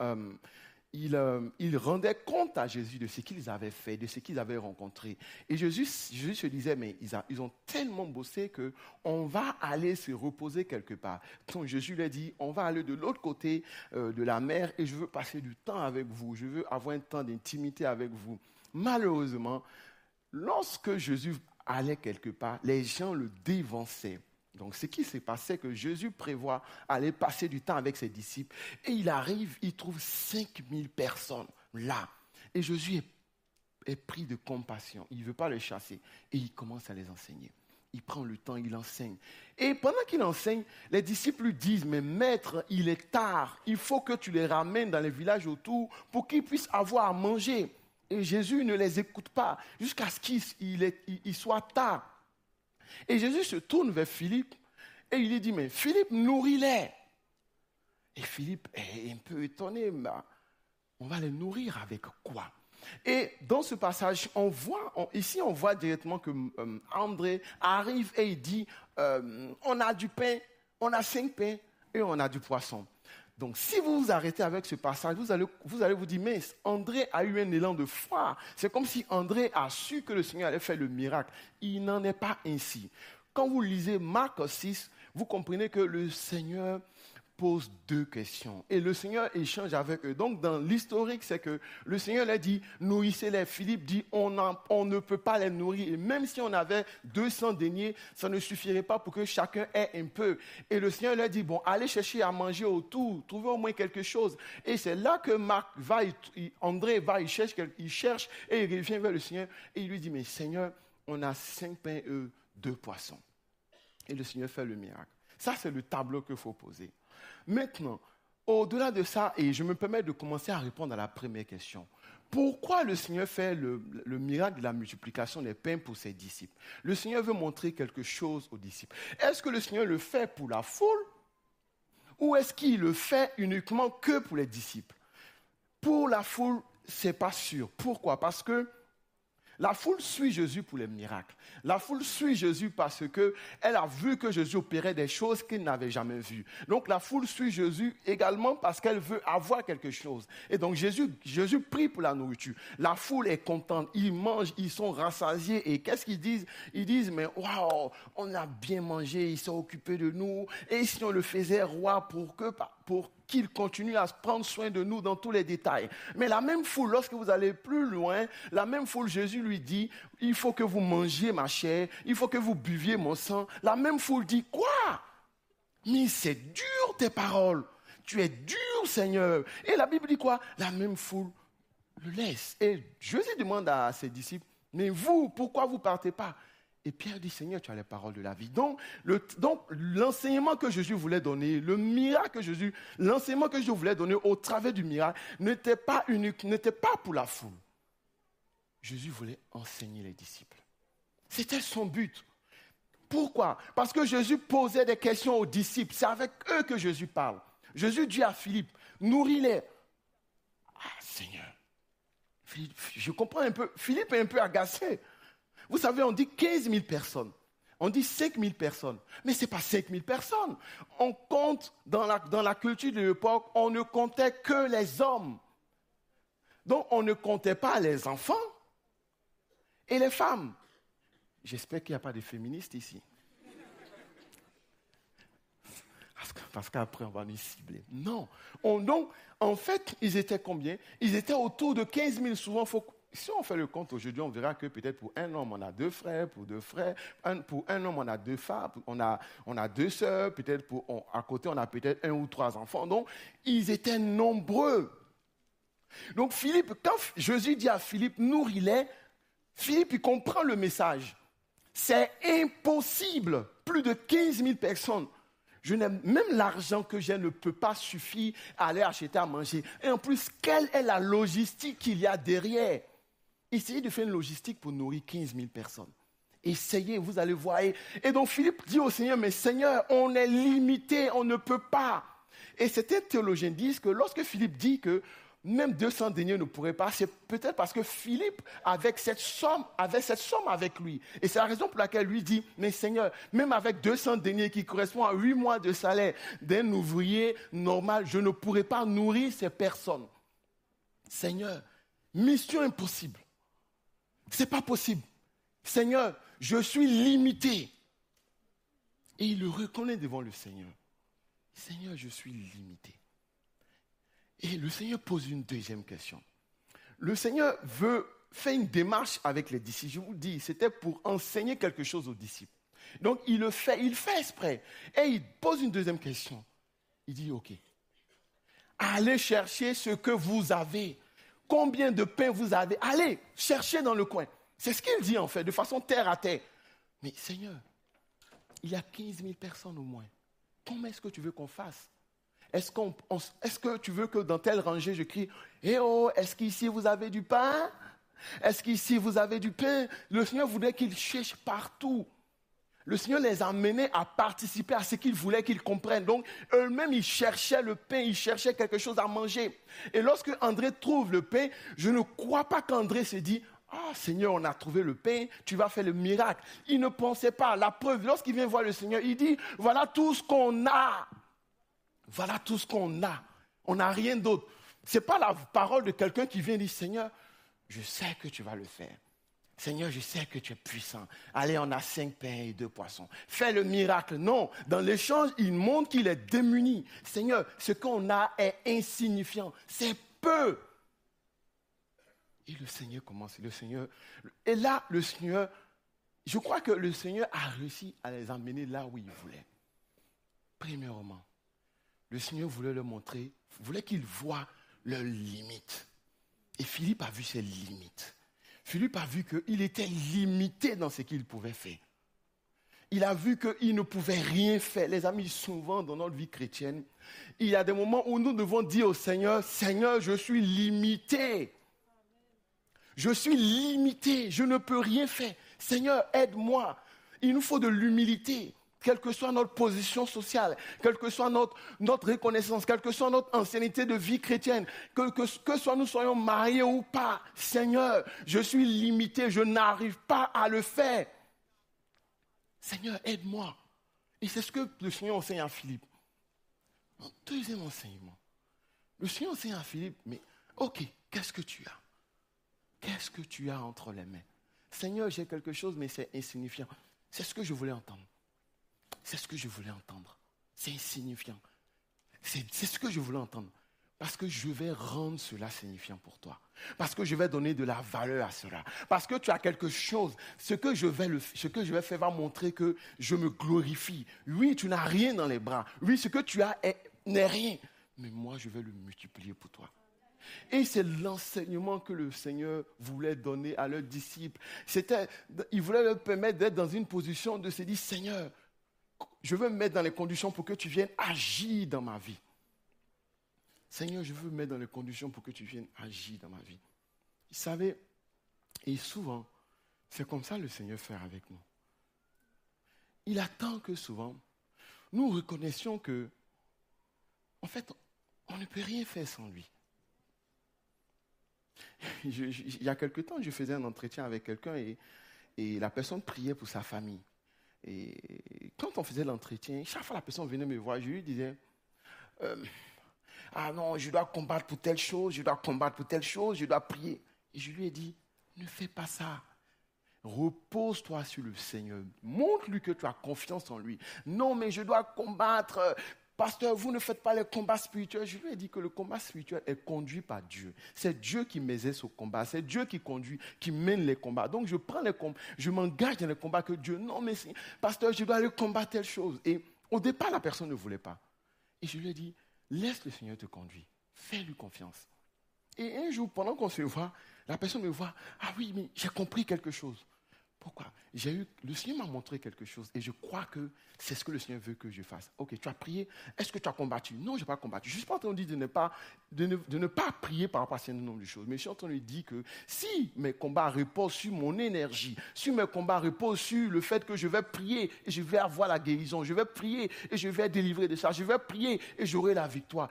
ils rendaient compte à Jésus de ce qu'ils avaient fait, de ce qu'ils avaient rencontré. Et Jésus se disait, mais ils ont tellement bossé qu'on va aller se reposer quelque part. Donc Jésus leur dit, on va aller de l'autre côté de la mer et je veux passer du temps avec vous. Je veux avoir un temps d'intimité avec vous. Malheureusement, lorsque Jésus allait quelque part, les gens le dévançaient. Donc, ce qui s'est passé, c'est que Jésus prévoit aller passer du temps avec ses disciples. Et il arrive, il trouve 5000 personnes là. Et Jésus est pris de compassion. Il ne veut pas les chasser. Et il commence à les enseigner. Il prend le temps, il enseigne. Et pendant qu'il enseigne, les disciples lui disent, mais maître, il est tard. Il faut que tu les ramènes dans les villages autour pour qu'ils puissent avoir à manger. Et Jésus ne les écoute pas jusqu'à ce qu'il soit tard. Et Jésus se tourne vers Philippe et il lui dit, mais Philippe, nourris-les. Et Philippe est un peu étonné, mais on va les nourrir avec quoi? Et dans ce passage, on voit directement que André arrive et il dit, on a du pain, on a 5 pains et on a du poisson. Donc, si vous vous arrêtez avec ce passage, vous allez vous dire, mais André a eu un élan de foi. C'est comme si André a su que le Seigneur allait faire le miracle. Il n'en est pas ainsi. Quand vous lisez Marc 6, vous comprenez que le Seigneur pose 2 questions. Et le Seigneur échange avec eux. Donc, dans l'historique, c'est que le Seigneur leur dit, nourrissez-les. Philippe dit, on ne peut pas les nourrir. Et même si on avait 200 deniers, ça ne suffirait pas pour que chacun ait un peu. Et le Seigneur leur dit, bon, allez chercher à manger autour, trouvez au moins quelque chose. Et c'est là que André va, il cherche et il revient vers le Seigneur. Et il lui dit, mais Seigneur, on a 5 pains et 2 poissons. Et le Seigneur fait le miracle. Ça, c'est le tableau qu'il faut poser. Maintenant, au-delà de ça, et je me permets de commencer à répondre à la première question. Pourquoi le Seigneur fait le miracle de la multiplication des pains pour ses disciples? Le Seigneur veut montrer quelque chose aux disciples. Est-ce que le Seigneur le fait pour la foule ou est-ce qu'il le fait uniquement que pour les disciples? Pour la foule, ce n'est pas sûr. Pourquoi? Parce que la foule suit Jésus pour les miracles. La foule suit Jésus parce qu'elle a vu que Jésus opérait des choses qu'elle n'avait jamais vues. Donc la foule suit Jésus également parce qu'elle veut avoir quelque chose. Et donc Jésus prie pour la nourriture. La foule est contente, ils mangent, ils sont rassasiés. Et qu'est-ce qu'ils disent? Ils disent, mais waouh, on a bien mangé, ils sont occupés de nous. Et si on le faisait roi pour qu'il continue à prendre soin de nous dans tous les détails. Mais la même foule, lorsque vous allez plus loin, la même foule, Jésus lui dit, il faut que vous mangiez ma chair, il faut que vous buviez mon sang. La même foule dit, quoi? Mais c'est dur tes paroles. Tu es dur, Seigneur. Et la Bible dit quoi? La même foule le laisse. Et Jésus demande à ses disciples, mais vous, pourquoi vous ne partez pas? Et Pierre dit, Seigneur, tu as les paroles de la vie. Donc, l'enseignement que Jésus voulait donner, l'enseignement que Jésus voulait donner au travers du miracle, n'était pas pour la foule. Jésus voulait enseigner les disciples. C'était son but. Pourquoi? Parce que Jésus posait des questions aux disciples. C'est avec eux que Jésus parle. Jésus dit à Philippe, nourris-les. Ah, Seigneur. Philippe, je comprends un peu. Philippe est un peu agacé. Vous savez, on dit 15 000 personnes. On dit 5 000 personnes. Mais ce n'est pas 5 000 personnes. On compte, dans la culture de l'époque, on ne comptait que les hommes. Donc, on ne comptait pas les enfants et les femmes. J'espère qu'il n'y a pas de féministes ici. Parce qu'après, on va nous cibler. Non. Donc, en fait, ils étaient combien? Ils étaient autour de 15 000. Souvent, si on fait le compte aujourd'hui, on verra que peut-être pour un homme, on a 2 frères, pour 2 frères. Pour un homme, on a 2 femmes, on a 2 sœurs. Peut-être à côté, on a peut-être 1 ou 3 enfants. Donc, ils étaient nombreux. Donc, Philippe, quand Jésus dit à Philippe, nourris-les, Philippe, il comprend le message. C'est impossible. Plus de 15 000 personnes. Même l'argent que j'ai ne peut pas suffire à aller acheter à manger. Et en plus, quelle est la logistique qu'il y a derrière? Essayez de faire une logistique pour nourrir 15 000 personnes. Essayez, vous allez voir. Et donc Philippe dit au Seigneur, mais Seigneur, on est limité, on ne peut pas. Et certains théologiens disent que lorsque Philippe dit que même 200 deniers ne pourraient pas, c'est peut-être parce que Philippe avait cette somme avec lui. Et c'est la raison pour laquelle lui dit, mais Seigneur, même avec 200 deniers qui correspondent à 8 mois de salaire d'un ouvrier normal, je ne pourrais pas nourrir ces personnes. Seigneur, mission impossible. Ce n'est pas possible. Seigneur, je suis limité. Et il le reconnaît devant le Seigneur. Seigneur, je suis limité. Et le Seigneur pose une deuxième question. Le Seigneur faire une démarche avec les disciples. Je vous dis, c'était pour enseigner quelque chose aux disciples. Donc, il fait exprès. Et il pose une deuxième question. Il dit, OK, allez chercher ce que vous avez. Combien de pain vous avez? Allez, cherchez dans le coin. C'est ce qu'il dit en fait, de façon terre à terre. Mais Seigneur, il y a 15 000 personnes au moins. Comment est-ce que tu veux qu'on fasse? Est-ce que tu veux que dans telle rangée, je crie, « Eh oh, est-ce qu'ici vous avez du pain? Est-ce qu'ici vous avez du pain ?» Le Seigneur voulait qu'ils cherchent partout. Le Seigneur les a amenés à participer à ce qu'il voulait qu'ils comprennent. Donc, eux-mêmes, ils cherchaient le pain, ils cherchaient quelque chose à manger. Et lorsque André trouve le pain, je ne crois pas qu'André se dit, « Ah, Seigneur, on a trouvé le pain, tu vas faire le miracle. » Il ne pensait pas. La preuve, lorsqu'il vient voir le Seigneur, il dit, « Voilà tout ce qu'on a. » Voilà tout ce qu'on a. On n'a rien d'autre. Ce n'est pas la parole de quelqu'un qui vient dire, Seigneur, je sais que tu vas le faire. Seigneur, je sais que tu es puissant. Allez, on a 5 pains et 2 poissons. Fais le miracle. Non, dans l'échange, il montre qu'il est démuni. Seigneur, ce qu'on a est insignifiant. C'est peu. Et le Seigneur commence. Et là, le Seigneur, je crois que le Seigneur a réussi à les emmener là où il voulait. Premièrement, le Seigneur voulait leur montrer, voulait qu'ils voient leurs limites. Et Philippe a vu ses limites. Philippe a vu qu'il était limité dans ce qu'il pouvait faire. Il a vu qu'il ne pouvait rien faire. Les amis, souvent dans notre vie chrétienne, il y a des moments où nous devons dire au Seigneur, Seigneur, je suis limité. Je suis limité, je ne peux rien faire. Seigneur, aide-moi. Il nous faut de l'humilité. Quelle que soit notre position sociale, quelle que soit notre reconnaissance, quelle que soit notre ancienneté de vie chrétienne, que soit nous soyons mariés ou pas, Seigneur, je suis limité, je n'arrive pas à le faire. Seigneur, aide-moi. Et c'est ce que le Seigneur enseigne à Philippe. Un deuxième enseignement. Le Seigneur enseigne à Philippe, mais ok, qu'est-ce que tu as? Qu'est-ce que tu as entre les mains? Seigneur, j'ai quelque chose, mais c'est insignifiant. C'est ce que je voulais entendre. C'est ce que je voulais entendre. C'est insignifiant. C'est ce que je voulais entendre. Parce que je vais rendre cela signifiant pour toi. Parce que je vais donner de la valeur à cela. Parce que tu as quelque chose. Ce que je vais faire va montrer que je me glorifie. Oui, tu n'as rien dans les bras. Oui, ce que tu as n'est rien. Mais moi, je vais le multiplier pour toi. Et c'est l'enseignement que le Seigneur voulait donner à leurs disciples. Il voulait leur permettre d'être dans une position de se dire, Seigneur, je veux me mettre dans les conditions pour que tu viennes agir dans ma vie. Seigneur, je veux me mettre dans les conditions pour que tu viennes agir dans ma vie. Vous savez, et souvent, c'est comme ça que le Seigneur fait avec nous. Il attend que souvent, nous reconnaissions que, en fait, on ne peut rien faire sans lui. Il y a quelque temps, je faisais un entretien avec quelqu'un et la personne priait pour sa famille. Et quand on faisait l'entretien, chaque fois la personne venait me voir, je lui disais, ah non, je dois combattre pour telle chose, je dois combattre pour telle chose, je dois prier. Et je lui ai dit, ne fais pas ça. Repose-toi sur le Seigneur. Montre-lui que tu as confiance en lui. Non, mais je dois combattre. Pasteur, vous ne faites pas les combats spirituels. Je lui ai dit que le combat spirituel est conduit par Dieu. C'est Dieu qui m'exerce au combat. C'est Dieu qui conduit, qui mène les combats. Donc je prends les combats, je m'engage dans les combats que Dieu... Non, mais pasteur, je dois aller combattre telle chose. Et au départ, la personne ne voulait pas. Et je lui ai dit, laisse le Seigneur te conduire. Fais-lui confiance. Et un jour, pendant qu'on se voit, la personne me voit. Ah oui, mais j'ai compris quelque chose. Pourquoi? Le Seigneur m'a montré quelque chose et je crois que c'est ce que le Seigneur veut que je fasse. Ok, tu as prié. Est-ce que tu as combattu? Non, je n'ai pas combattu. Je ne suis pas en train de dire de ne pas prier par rapport à ce nombre de choses. Mais je suis en train de dire que si mes combats reposent sur mon énergie, si mes combats reposent sur le fait que je vais prier et je vais avoir la guérison, je vais prier et je vais délivrer de ça, je vais prier et j'aurai la victoire.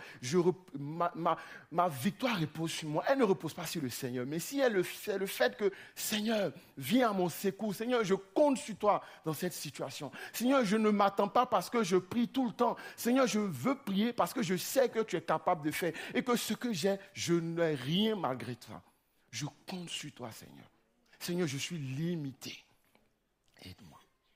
Ma victoire repose sur moi. Elle ne repose pas sur le Seigneur. Mais si c'est le fait que, Seigneur, viens à mon secours. Seigneur, je compte sur toi dans cette situation. Seigneur, je ne m'attends pas parce que je prie tout le temps. Seigneur, je veux prier parce que je sais que tu es capable de faire et que ce que j'ai, je n'ai rien malgré toi. Je compte sur toi, Seigneur. Seigneur, je suis limité. Aide-moi.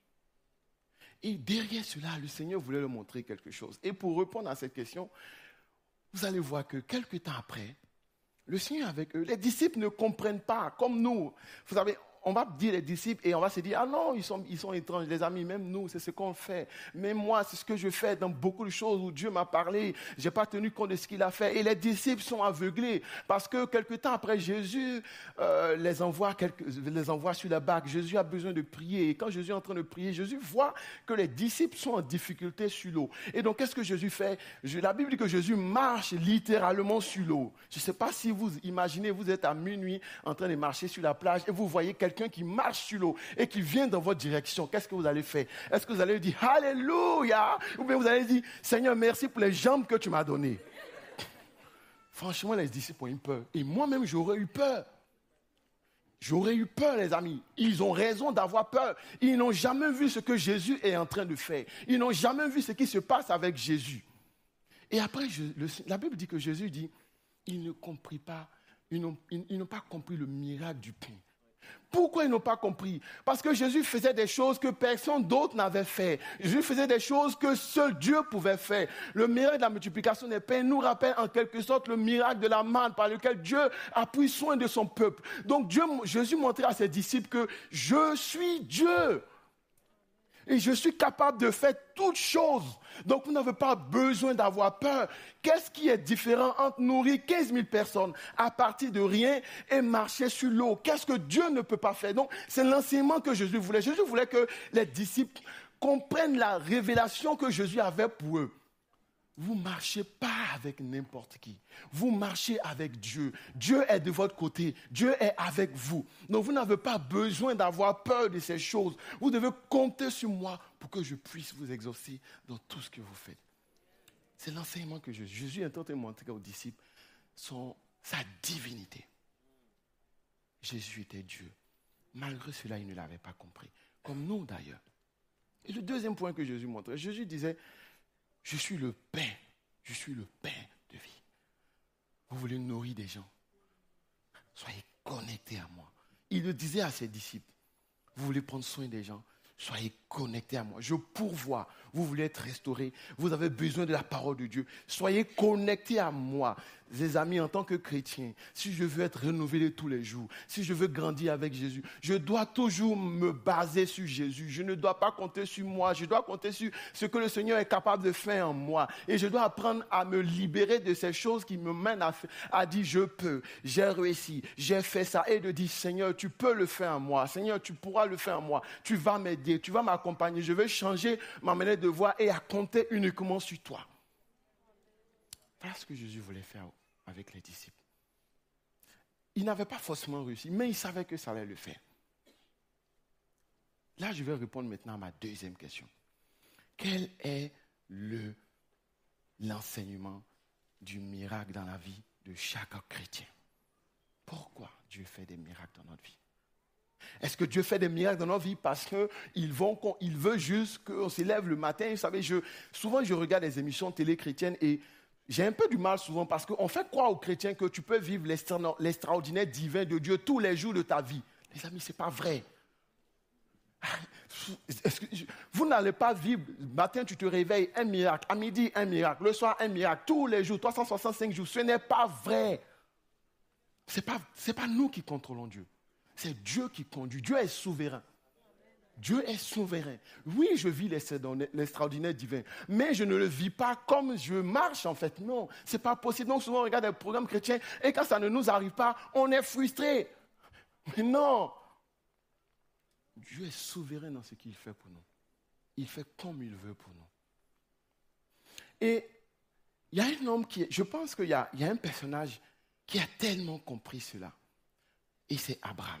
Et derrière cela, le Seigneur voulait leur montrer quelque chose. Et pour répondre à cette question, vous allez voir que quelques temps après, le Seigneur avec eux, les disciples ne comprennent pas, comme nous. Vous savez, on va dire les disciples et on va se dire, ah non, ils sont étranges, les amis, même nous, c'est ce qu'on fait. Même moi, c'est ce que je fais dans beaucoup de choses où Dieu m'a parlé. Je n'ai pas tenu compte de ce qu'il a fait. Et les disciples sont aveuglés parce que quelque temps après, Jésus les envoie sur la barque. Jésus a besoin de prier. Et quand Jésus est en train de prier, Jésus voit que les disciples sont en difficulté sur l'eau. Et donc, qu'est-ce que Jésus fait? La Bible dit que Jésus marche littéralement sur l'eau. Je ne sais pas si vous imaginez, vous êtes à minuit en train de marcher sur la plage et vous voyez quelqu'un qui marche sur l'eau et qui vient dans votre direction. Qu'est-ce que vous allez faire? Est-ce que vous allez dire Alléluia? Ou bien vous allez dire Seigneur, merci pour les jambes que tu m'as données? Franchement, les disciples ont eu peur. Et moi-même, j'aurais eu peur. J'aurais eu peur, les amis. Ils ont raison d'avoir peur. Ils n'ont jamais vu ce que Jésus est en train de faire. Ils n'ont jamais vu ce qui se passe avec Jésus. Et après, la Bible dit que Jésus dit, ils ne comprirent pas, ils n'ont pas compris le miracle du pain. Pourquoi ils n'ont pas compris? Parce que Jésus faisait des choses que personne d'autre n'avait fait. Jésus faisait des choses que seul Dieu pouvait faire. Le miracle de la multiplication des pains nous rappelle en quelque sorte le miracle de la manne par lequel Dieu a pris soin de son peuple. Donc Jésus montrait à ses disciples que je suis Dieu. Et je suis capable de faire toutes choses. Donc, vous n'avez pas besoin d'avoir peur. Qu'est-ce qui est différent entre nourrir 15 000 personnes à partir de rien et marcher sur l'eau? Qu'est-ce que Dieu ne peut pas faire? Donc, c'est l'enseignement que Jésus voulait. Jésus voulait que les disciples comprennent la révélation que Jésus avait pour eux. Vous ne marchez pas avec n'importe qui. Vous marchez avec Dieu. Dieu est de votre côté. Dieu est avec vous. Donc vous n'avez pas besoin d'avoir peur de ces choses. Vous devez compter sur moi pour que je puisse vous exaucer dans tout ce que vous faites. C'est l'enseignement que Jésus est en train de montrer aux disciples sa divinité. Jésus était Dieu. Malgré cela, ils ne l'avaient pas compris. Comme nous d'ailleurs. Et le deuxième point que Jésus montrait, Jésus disait, je suis le pain. Je suis le pain de vie. Vous voulez nourrir des gens. Soyez connectés à moi. Il le disait à ses disciples. Vous voulez prendre soin des gens. Soyez connectés à moi. Je pourvois. Vous voulez être restaurés. Vous avez besoin de la parole de Dieu. Soyez connectés à moi. Les amis, en tant que chrétien, si je veux être renouvelé tous les jours, si je veux grandir avec Jésus, je dois toujours me baser sur Jésus. Je ne dois pas compter sur moi. Je dois compter sur ce que le Seigneur est capable de faire en moi. Et je dois apprendre à me libérer de ces choses qui me mènent à dire je peux, j'ai réussi, j'ai fait ça. Et de dire Seigneur, tu peux le faire en moi. Seigneur, tu pourras le faire en moi. Tu vas m'aider, tu vas m'accompagner. Je vais changer ma manière de voir et à compter uniquement sur toi. Voilà ce que Jésus voulait faire avec les disciples. Il n'avait pas forcément réussi, mais il savait que ça allait le faire. Là, je vais répondre maintenant à ma deuxième question. Quel est l'enseignement du miracle dans la vie de chaque chrétien? Pourquoi Dieu fait des miracles dans notre vie? Est-ce que Dieu fait des miracles dans notre vie parce qu'il veut juste qu'on s'élève le matin? Vous savez, souvent je regarde des émissions télé chrétiennes et j'ai un peu du mal souvent parce qu'on fait croire aux chrétiens que tu peux vivre l'extraordinaire divin de Dieu tous les jours de ta vie. Les amis, ce n'est pas vrai. Vous n'allez pas vivre, le matin tu te réveilles, un miracle, à midi un miracle, le soir un miracle, tous les jours, 365 jours. Ce n'est pas vrai. Ce n'est pas nous qui contrôlons Dieu. C'est Dieu qui conduit. Dieu est souverain. Dieu est souverain. Oui, je vis l'extraordinaire divin, mais je ne le vis pas comme je marche en fait. Non, ce n'est pas possible. Donc souvent on regarde des programmes chrétiens et quand ça ne nous arrive pas, on est frustré. Mais non. Dieu est souverain dans ce qu'il fait pour nous. Il fait comme il veut pour nous. Et il y a un homme je pense qu'il y a un personnage qui a tellement compris cela. Et c'est Abraham.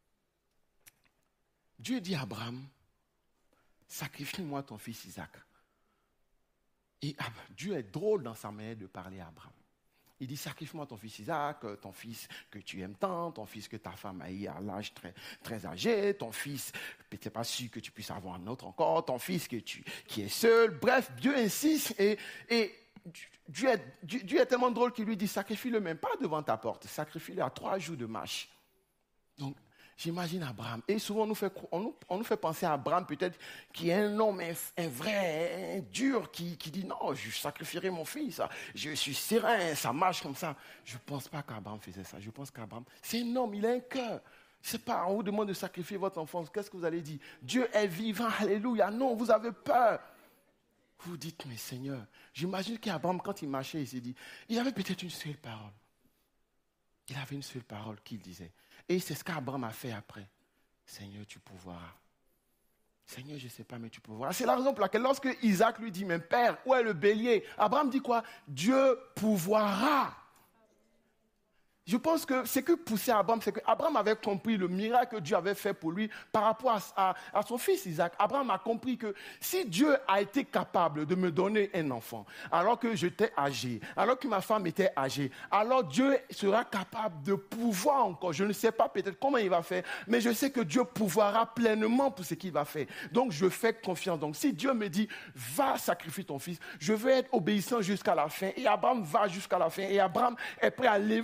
Dieu dit à Abraham, sacrifie-moi ton fils Isaac. Et Dieu est drôle dans sa manière de parler à Abraham. Il dit, sacrifie-moi ton fils Isaac, ton fils que tu aimes tant, ton fils que ta femme a eu à l'âge très, très âgé, ton fils, peut-être pas sûr que tu puisses avoir un autre encore, ton fils qui est seul. Bref, Dieu insiste et Dieu est tellement drôle qu'il lui dit, sacrifie-le même pas devant ta porte, sacrifie-le à 3 jours de marche. Donc, j'imagine Abraham. Et souvent, on nous fait penser à Abraham, peut-être, qui est un homme, un vrai, un dur, qui dit, non, je sacrifierai mon fils. Je suis serein, ça marche comme ça. Je ne pense pas qu'Abraham faisait ça. Je pense qu'Abraham, c'est un homme, il a un cœur. C'est pas, on vous demande de sacrifier votre enfant. Qu'est-ce que vous allez dire? Dieu est vivant, alléluia. Non, vous avez peur. Vous dites, mais Seigneur, j'imagine qu'Abraham, quand il marchait, il s'est dit, il avait peut-être une seule parole. Il avait une seule parole qu'il disait. Et c'est ce qu'Abraham a fait après. Seigneur, tu pourvoiras. Seigneur, je ne sais pas, mais tu pourvoiras. C'est la raison pour laquelle lorsque Isaac lui dit, mais père, où est le bélier? Abraham dit quoi? Dieu pourvoira. Je pense que ce que poussait Abraham, c'est qu'Abraham avait compris le miracle que Dieu avait fait pour lui par rapport à son fils Isaac. Abraham a compris que si Dieu a été capable de me donner un enfant, alors que j'étais âgé, alors que ma femme était âgée, alors Dieu sera capable de pouvoir encore. Je ne sais pas peut-être comment il va faire, mais je sais que Dieu pourvoira pleinement pour ce qu'il va faire. Donc je fais confiance. Donc si Dieu me dit, va sacrifier ton fils, je veux être obéissant jusqu'à la fin. Et Abraham va jusqu'à la fin. Et Abraham est prêt à lever le couteau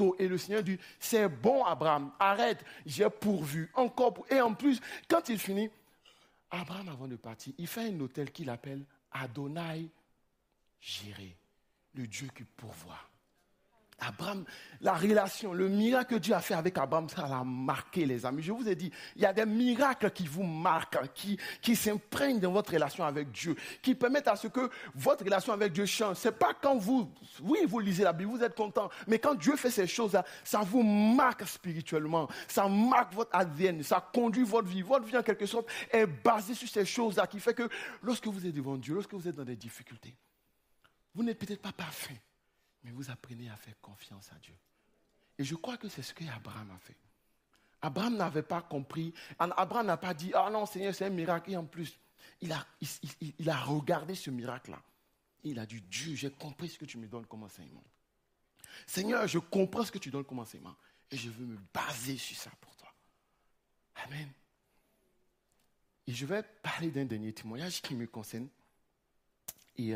d'eau. Et le Seigneur dit, c'est bon Abraham, arrête, j'ai pourvu, encore. Et en plus, quand il finit, Abraham, avant de partir, il fait un hôtel qu'il appelle Adonai Jireh, le Dieu qui pourvoit. Abraham, la relation, le miracle que Dieu a fait avec Abraham, ça l'a marqué, les amis. Je vous ai dit, il y a des miracles qui vous marquent, qui s'imprègnent dans votre relation avec Dieu, qui permettent à ce que votre relation avec Dieu change. C'est pas quand vous lisez la Bible, vous êtes content, mais quand Dieu fait ces choses-là, ça vous marque spirituellement, ça marque votre ADN, ça conduit votre vie. Votre vie, en quelque sorte, est basée sur ces choses-là, qui fait que lorsque vous êtes devant Dieu, lorsque vous êtes dans des difficultés, vous n'êtes peut-être pas parfait, mais vous apprenez à faire confiance à Dieu. Et je crois que c'est ce qu'Abraham a fait. Abraham n'avait pas compris. Abraham n'a pas dit, ah non Seigneur, c'est un miracle. Et en plus, il a regardé ce miracle-là. Il a dit, Dieu, j'ai compris ce que tu me donnes comme enseignement. Seigneur, je comprends ce que tu donnes comme enseignement. Et je veux me baser sur ça pour toi. Amen. Et je vais parler d'un dernier témoignage qui me concerne. Et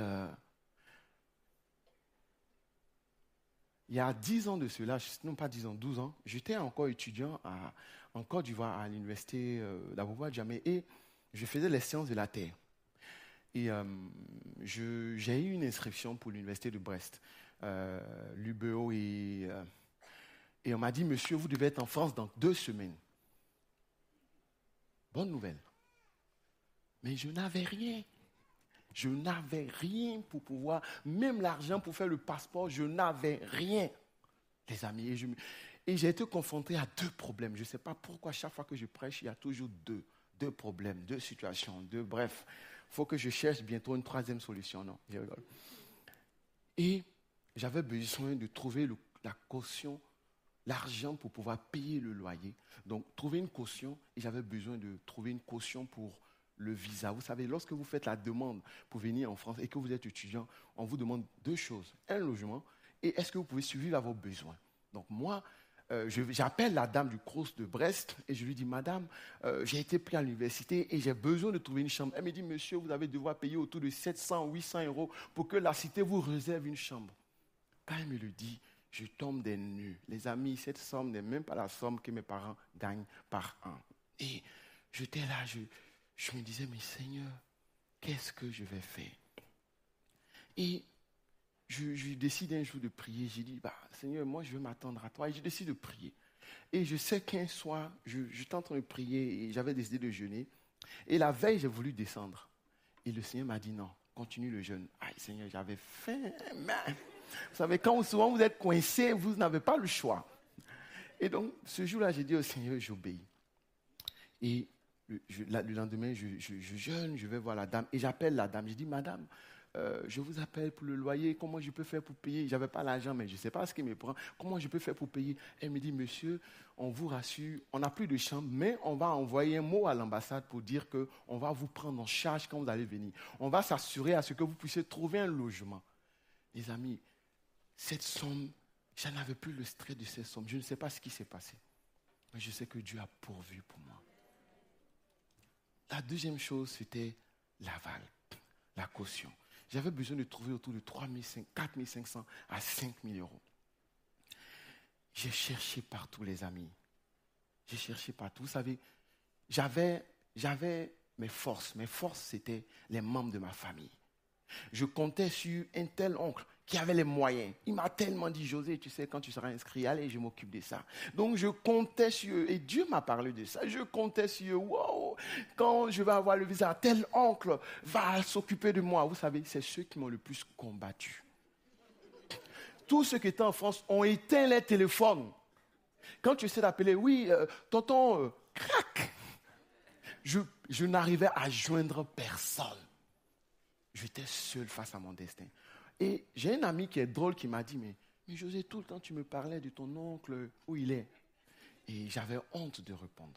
il y a 10 ans de cela, non pas 10 ans, 12 ans, j'étais encore étudiant en Côte d'Ivoire à l'université d'Abouba-Djamé et je faisais les sciences de la Terre. Et j'ai eu une inscription pour l'université de Brest, l'UBO, et on m'a dit, monsieur, vous devez être en France dans 2 semaines. Bonne nouvelle. Mais je n'avais rien. Je n'avais rien pour pouvoir, même l'argent pour faire le passeport, je n'avais rien, les amis. Et j'ai été confronté à 2 problèmes. Je ne sais pas pourquoi, chaque fois que je prêche, il y a toujours deux problèmes, 2 situations, bref. Il faut que je cherche bientôt une 3e solution. Non, je rigole. Et j'avais besoin de trouver la caution, l'argent pour pouvoir payer le loyer. Donc, trouver une caution, et j'avais besoin de trouver une caution pour le visa. Vous savez, lorsque vous faites la demande pour venir en France et que vous êtes étudiant, on vous demande 2 choses. Un logement et est-ce que vous pouvez survivre à vos besoins. Donc moi, j'appelle la dame du CROUS de Brest et je lui dis, madame, j'ai été pris à l'université et j'ai besoin de trouver une chambre. Elle me dit, monsieur, vous allez devoir payer autour de 700 ou 800 € pour que la cité vous réserve une chambre. Quand elle me le dit, je tombe des nues. Les amis, cette somme n'est même pas la somme que mes parents gagnent par an. Et j'étais là, je me disais, mais Seigneur, qu'est-ce que je vais faire? Et je décide un jour de prier. J'ai dit, Seigneur, moi je veux m'attendre à toi. Et je décide de prier. Et je sais qu'un soir, j'étais en train de prier et j'avais décidé de jeûner. Et la veille, j'ai voulu descendre. Et le Seigneur m'a dit, non, continue le jeûne. Aïe, Seigneur, j'avais faim. Vous savez, quand souvent vous êtes coincé, vous n'avez pas le choix. Et donc, ce jour-là, j'ai dit au Seigneur, j'obéis. Et le lendemain, je jeûne, je vais voir la dame et j'appelle la dame. Je dis, madame, je vous appelle pour le loyer, comment je peux faire pour payer? Je n'avais pas l'argent, mais je ne sais pas ce qui me prend. Comment je peux faire pour payer? Elle me dit, monsieur, on vous rassure, on n'a plus de chambre, mais on va envoyer un mot à l'ambassade pour dire qu'on va vous prendre en charge quand vous allez venir. On va s'assurer à ce que vous puissiez trouver un logement. Les amis, cette somme, je n'avais plus le stress de cette somme. Je ne sais pas ce qui s'est passé, mais je sais que Dieu a pourvu pour moi. La deuxième chose, c'était l'aval, la caution. J'avais besoin de trouver autour de 4 500 à 5 000 €. J'ai cherché partout, les amis. J'ai cherché partout. Vous savez, j'avais mes forces. Mes forces, c'était les membres de ma famille. Je comptais sur un tel oncle qui avait les moyens. Il m'a tellement dit, José, tu sais, quand tu seras inscrit, allez, je m'occupe de ça. Donc, je comptais sur eux. Et Dieu m'a parlé de ça. Je comptais sur eux. Wow, quand je vais avoir le visa, tel oncle va s'occuper de moi. Vous savez, c'est ceux qui m'ont le plus combattu. Tous ceux qui étaient en France ont éteint les téléphones. Quand tu essaies d'appeler, oui, tonton, crac. Je n'arrivais à joindre personne. J'étais seul face à mon destin. Et j'ai un ami qui est drôle qui m'a dit, mais José, tout le temps tu me parlais de ton oncle, où il est. Et j'avais honte de répondre.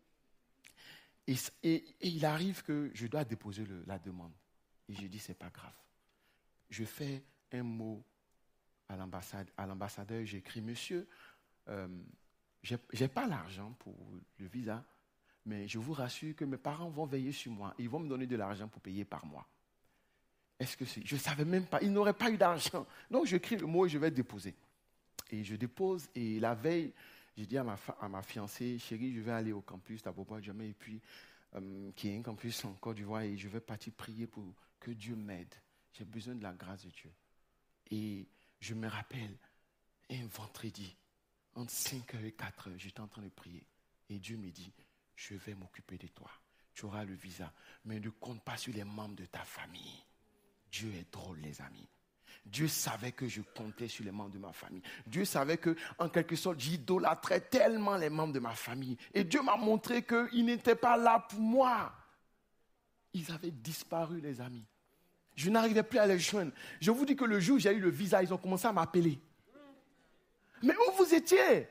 Et il arrive que je dois déposer la demande. Et je dis, c'est pas grave. Je fais un mot à l'ambassadeur, j'écris, monsieur, j'ai pas l'argent pour le visa, mais je vous rassure que mes parents vont veiller sur moi. Ils vont me donner de l'argent pour payer par mois. Je ne savais même pas, il n'aurait pas eu d'argent. Donc j'écris le mot et je vais déposer. Et je dépose. Et la veille, j'ai dit à ma fiancée, chérie, je vais aller au campus d'Abobo-Djamé, et puis, qui est un campus en Côte d'Ivoire, et je vais partir prier pour que Dieu m'aide. J'ai besoin de la grâce de Dieu. Et je me rappelle, un vendredi, entre 5h et 4h, j'étais en train de prier. Et Dieu me dit, je vais m'occuper de toi. Tu auras le visa. Mais ne compte pas sur les membres de ta famille. Dieu est drôle, les amis. Dieu savait que je comptais sur les membres de ma famille. Dieu savait que, en quelque sorte, j'idolâtrais tellement les membres de ma famille. Et Dieu m'a montré qu'ils n'étaient pas là pour moi. Ils avaient disparu, les amis. Je n'arrivais plus à les joindre. Je vous dis que le jour où j'ai eu le visa, ils ont commencé à m'appeler. Mais où vous étiez?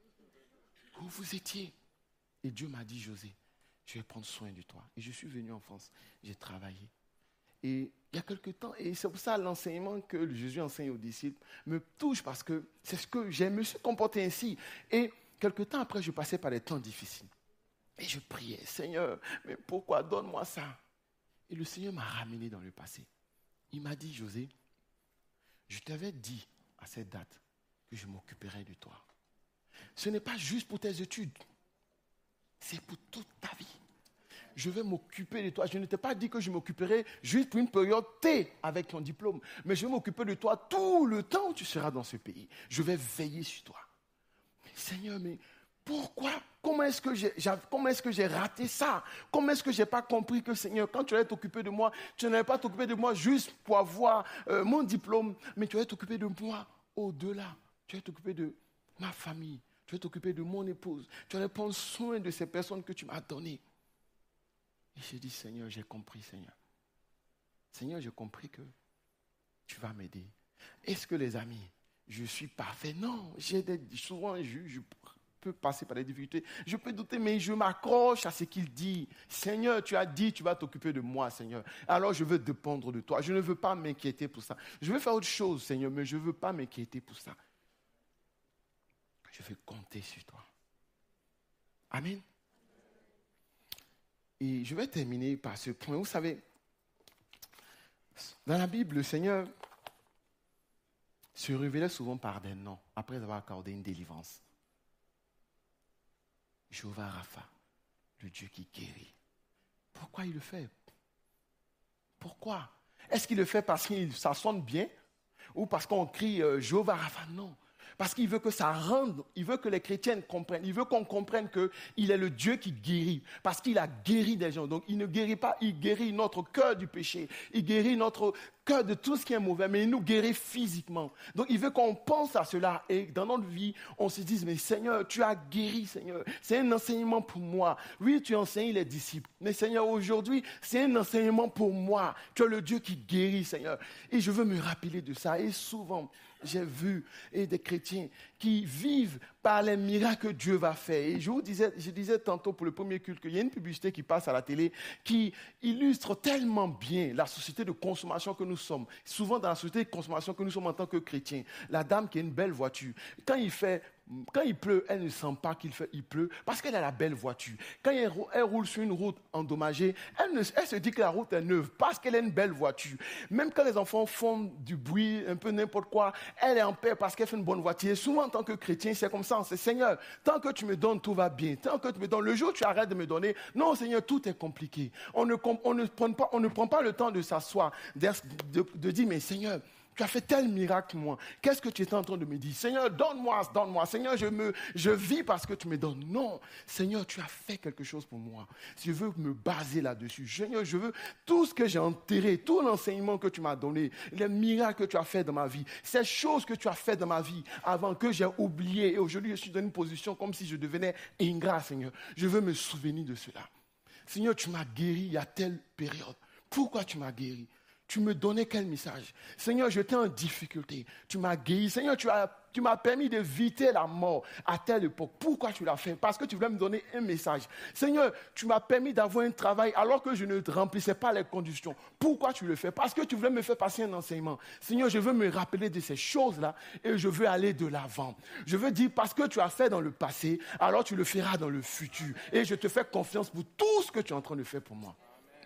Où vous étiez? Et Dieu m'a dit, José, je vais prendre soin de toi. Et je suis venu en France. J'ai travaillé. Et il y a quelque temps, et c'est pour ça l'enseignement que Jésus enseigne aux disciples me touche, parce que c'est ce que je me suis comporté ainsi. Et quelque temps après, je passais par des temps difficiles. Et je priais, Seigneur, mais pourquoi donne-moi ça? Et le Seigneur m'a ramené dans le passé. Il m'a dit, José, je t'avais dit à cette date que je m'occuperai de toi. Ce n'est pas juste pour tes études, c'est pour toute ta vie. Je vais m'occuper de toi. Je ne t'ai pas dit que je m'occuperai juste pour une période T avec ton diplôme, mais je vais m'occuper de toi tout le temps où tu seras dans ce pays. Je vais veiller sur toi. Mais Seigneur, mais pourquoi? Comment est-ce que j'ai raté ça? Comment est-ce que je n'ai pas compris que, Seigneur, quand tu allais t'occuper de moi, tu n'allais pas t'occuper de moi juste pour avoir mon diplôme, mais tu allais t'occuper de moi au-delà. Tu allais t'occuper de ma famille. Tu allais t'occuper de mon épouse. Tu allais prendre soin de ces personnes que tu m'as données. Et j'ai dit, Seigneur, j'ai compris, Seigneur. Seigneur, j'ai compris que tu vas m'aider. Est-ce que les amis, je suis parfait? Non, souvent je peux passer par des difficultés. Je peux douter, mais je m'accroche à ce qu'il dit. Seigneur, tu as dit, tu vas t'occuper de moi, Seigneur. Alors je veux dépendre de toi. Je ne veux pas m'inquiéter pour ça. Je veux faire autre chose, Seigneur, mais je ne veux pas m'inquiéter pour ça. Je veux compter sur toi. Amen. Et je vais terminer par ce point. Vous savez, dans la Bible, le Seigneur se révélait souvent par des noms, après avoir accordé une délivrance. Jéhovah Rapha, le Dieu qui guérit. Pourquoi il le fait? Pourquoi? Est-ce qu'il le fait parce que ça sonne bien? Ou parce qu'on crie Jéhovah Rapha? Non. Parce qu'il veut que ça rende, il veut que les chrétiens comprennent, il veut qu'on comprenne qu'il est le Dieu qui guérit, parce qu'il a guéri des gens. Donc il ne guérit pas, il guérit notre cœur du péché, il guérit notre cœur de tout ce qui est mauvais, mais il nous guérit physiquement. Donc il veut qu'on pense à cela et dans notre vie, on se dise, mais Seigneur, tu as guéri, Seigneur. C'est un enseignement pour moi. Oui, tu enseignes les disciples, mais Seigneur, aujourd'hui, c'est un enseignement pour moi. Tu es le Dieu qui guérit, Seigneur. Et je veux me rappeler de ça. Et souvent, j'ai vu des chrétiens qui vivent par les miracles que Dieu va faire. Et je disais tantôt pour le premier culte qu'il y a une publicité qui passe à la télé qui illustre tellement bien la société de consommation que nous sommes. Souvent dans la société de consommation que nous sommes en tant que chrétiens. La dame qui a une belle voiture, quand il pleut, elle ne sent pas qu'il pleut parce qu'elle a la belle voiture. Quand elle roule sur une route endommagée, elle se dit que la route est neuve parce qu'elle a une belle voiture. Même quand les enfants font du bruit, un peu n'importe quoi, elle est en paix parce qu'elle fait une bonne voiture. Et souvent, en tant que chrétien, c'est comme ça. C'est Seigneur, tant que tu me donnes, tout va bien. Tant que tu me donnes, le jour où tu arrêtes de me donner, non Seigneur, tout est compliqué. On ne prend pas le temps de s'asseoir, de dire, mais Seigneur, tu as fait tel miracle, moi. Qu'est-ce que tu étais en train de me dire? Seigneur, donne-moi. Seigneur, je vis parce que tu me donnes. Non. Seigneur, tu as fait quelque chose pour moi. Je veux me baser là-dessus. Seigneur, je veux tout ce que j'ai enterré, tout l'enseignement que tu m'as donné, les miracles que tu as fait dans ma vie, ces choses que tu as fait dans ma vie avant que j'ai oublié. Et aujourd'hui, je suis dans une position comme si je devenais ingrat, Seigneur. Je veux me souvenir de cela. Seigneur, tu m'as guéri il y a telle période. Pourquoi tu m'as guéri? Tu me donnais quel message? Seigneur, j'étais en difficulté. Tu m'as guéri. Seigneur, tu m'as permis d'éviter la mort à telle époque. Pourquoi tu l'as fait? Parce que tu voulais me donner un message. Seigneur, tu m'as permis d'avoir un travail alors que je ne remplissais pas les conditions. Pourquoi tu le fais? Parce que tu voulais me faire passer un enseignement. Seigneur, je veux me rappeler de ces choses-là et je veux aller de l'avant. Je veux dire, parce que tu as fait dans le passé, alors tu le feras dans le futur. Et je te fais confiance pour tout ce que tu es en train de faire pour moi.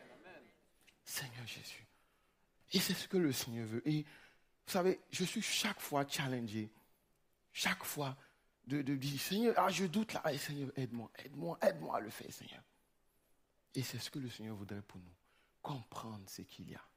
Seigneur Jésus. Et c'est ce que le Seigneur veut. Et vous savez, je suis chaque fois challengé. chaque fois de dire, Seigneur, je doute là, Seigneur, aide-moi à le faire, Seigneur. Et c'est ce que le Seigneur voudrait pour nous. Comprendre ce qu'il y a.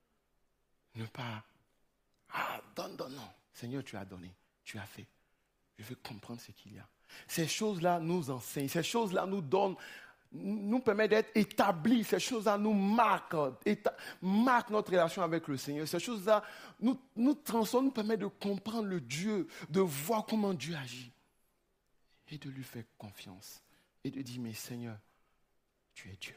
Ne pas, donne, non. Seigneur, tu as donné, tu as fait. Je veux comprendre ce qu'il y a. Ces choses-là nous enseignent, ces choses-là nous donnent, nous permettent d'être établis, ces choses-là nous marquent notre relation avec le Seigneur. Ces choses-là nous transforment, nous permettent de comprendre le Dieu, de voir comment Dieu agit et de lui faire confiance et de dire, mais Seigneur, tu es Dieu.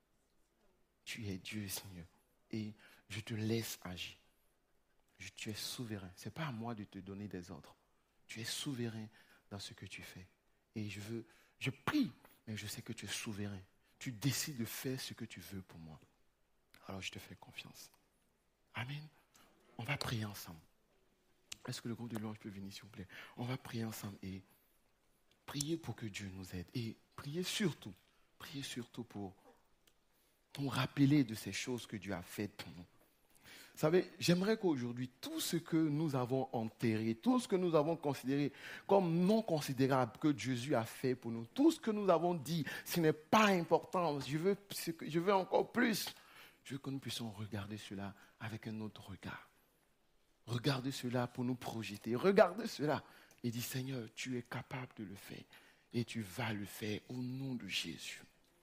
Tu es Dieu, Seigneur, et je te laisse agir. Tu es souverain. Ce n'est pas à moi de te donner des ordres. Tu es souverain dans ce que tu fais. Et je prie, mais je sais que tu es souverain. Tu décides de faire ce que tu veux pour moi. Alors je te fais confiance. Amen. On va prier ensemble. Est-ce que le groupe de louange peut venir, s'il vous plaît? On va prier ensemble et prier pour que Dieu nous aide. Et prier surtout pour nous rappeler de ces choses que Dieu a faites pour nous. Vous savez, j'aimerais qu'aujourd'hui, tout ce que nous avons enterré, tout ce que nous avons considéré comme non considérable que Jésus a fait pour nous, tout ce que nous avons dit, ce n'est pas important, je veux encore plus. Je veux que nous puissions regarder cela avec un autre regard. Regarder cela pour nous projeter. Regarder cela et dire, Seigneur, tu es capable de le faire et tu vas le faire au nom de Jésus.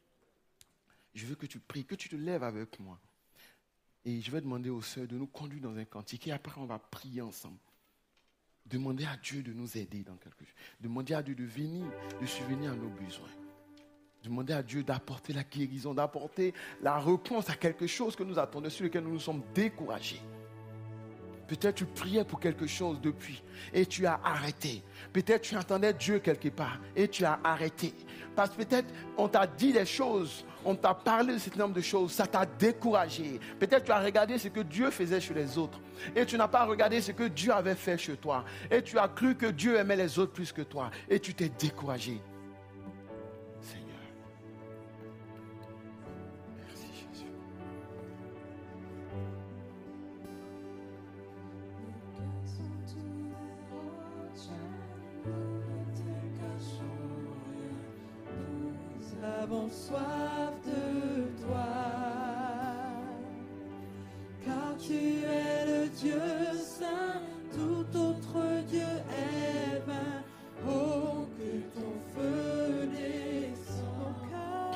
Je veux que tu pries, que tu te lèves avec moi. Et je vais demander aux sœurs de nous conduire dans un cantique. Et après, on va prier ensemble. Demander à Dieu de nous aider dans quelque chose. Demander à Dieu de venir, de subvenir à nos besoins. Demander à Dieu d'apporter la guérison, d'apporter la réponse à quelque chose que nous attendons, sur lequel nous nous sommes découragés. Peut-être tu priais pour quelque chose depuis et tu as arrêté. Peut-être tu entendais Dieu quelque part et tu as arrêté. Parce que peut-être on t'a dit des choses, on t'a parlé de ce nombre de choses, ça t'a découragé. Peut-être tu as regardé ce que Dieu faisait chez les autres et tu n'as pas regardé ce que Dieu avait fait chez toi. Et tu as cru que Dieu aimait les autres plus que toi et tu t'es découragé. Seigneur, merci Jésus. Nous avons soif de toi, car tu es le Dieu saint, tout autre Dieu est vain. Oh, que ton feu descend,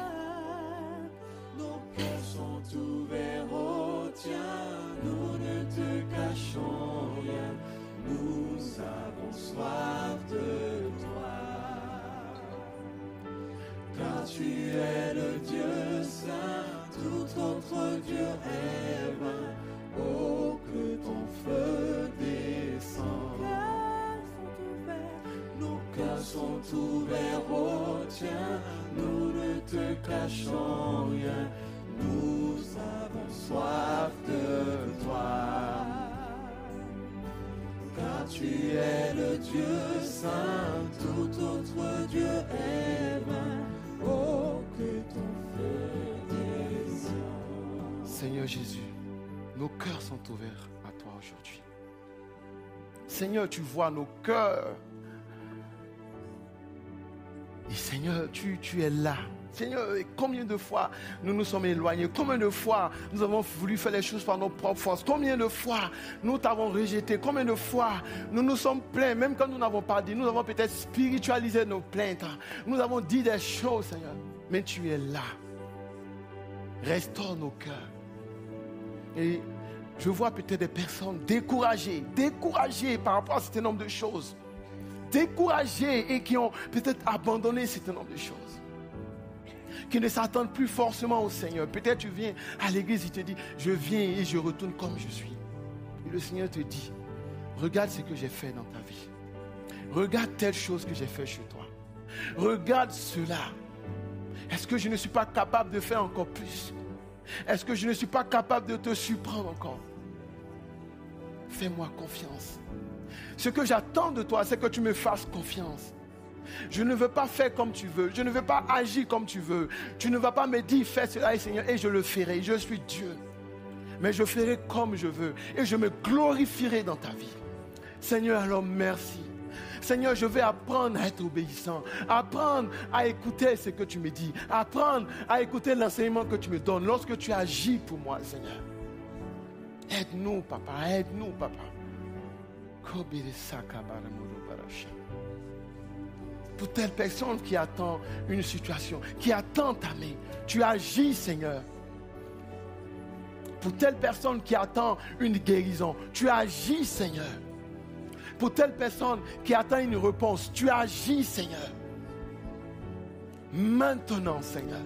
nos cœurs sont ouverts au tien, nous ne te cachons rien, nous avons soif de toi. Car tu es le Dieu saint, tout autre Dieu est vain. Oh, que ton feu descend. Nos cœurs sont ouverts au tien, nous ne te cachons rien. Nous avons soif de toi. Car tu es le Dieu saint, tout autre Dieu est vain. Oh, que ton feu descend. Seigneur Jésus, nos cœurs sont ouverts à toi aujourd'hui. Seigneur, tu vois nos cœurs. Et Seigneur, tu es là. Seigneur, combien de fois nous nous sommes éloignés? Combien de fois nous avons voulu faire les choses par nos propres forces? Combien de fois nous t'avons rejeté? Combien de fois nous nous sommes plaints, même quand nous n'avons pas dit? Nous avons peut-être spiritualisé nos plaintes. Nous avons dit des choses, Seigneur. Mais tu es là. Restaure nos cœurs. Et je vois peut-être des personnes découragées par rapport à un certain nombre de choses. Découragées et qui ont peut-être abandonné un certain nombre de choses. Qui ne s'attendent plus forcément au Seigneur. Peut-être tu viens à l'église, il te dit, je viens et je retourne comme je suis. Et le Seigneur te dit, regarde ce que j'ai fait dans ta vie. Regarde telle chose que j'ai fait chez toi. Regarde cela. Est-ce que je ne suis pas capable de faire encore plus? Est-ce que je ne suis pas capable de te surprendre encore? Fais-moi confiance. Ce que j'attends de toi, c'est que tu me fasses confiance. Je ne veux pas faire comme tu veux. Je ne veux pas agir comme tu veux. Tu ne vas pas me dire, fais cela, Seigneur, et je le ferai. Je suis Dieu. Mais je ferai comme je veux. Et je me glorifierai dans ta vie. Seigneur, alors merci. Seigneur, je vais apprendre à être obéissant, apprendre à écouter ce que tu me dis, apprendre à écouter l'enseignement que tu me donnes lorsque tu agis pour moi, Seigneur. Aide-nous, Papa, aide-nous, Papa. Pour telle personne qui attend une situation, qui attend ta main, tu agis, Seigneur. Pour telle personne qui attend une guérison, tu agis, Seigneur. Pour telle personne qui attend une réponse, tu agis, Seigneur. Maintenant, Seigneur,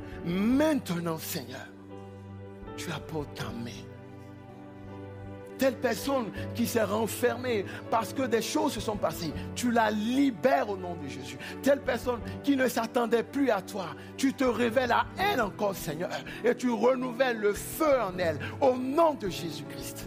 tu apportes ta main. Telle personne qui s'est renfermée parce que des choses se sont passées, tu la libères au nom de Jésus. Telle personne qui ne s'attendait plus à toi, tu te révèles à elle encore, Seigneur, et tu renouvelles le feu en elle au nom de Jésus-Christ.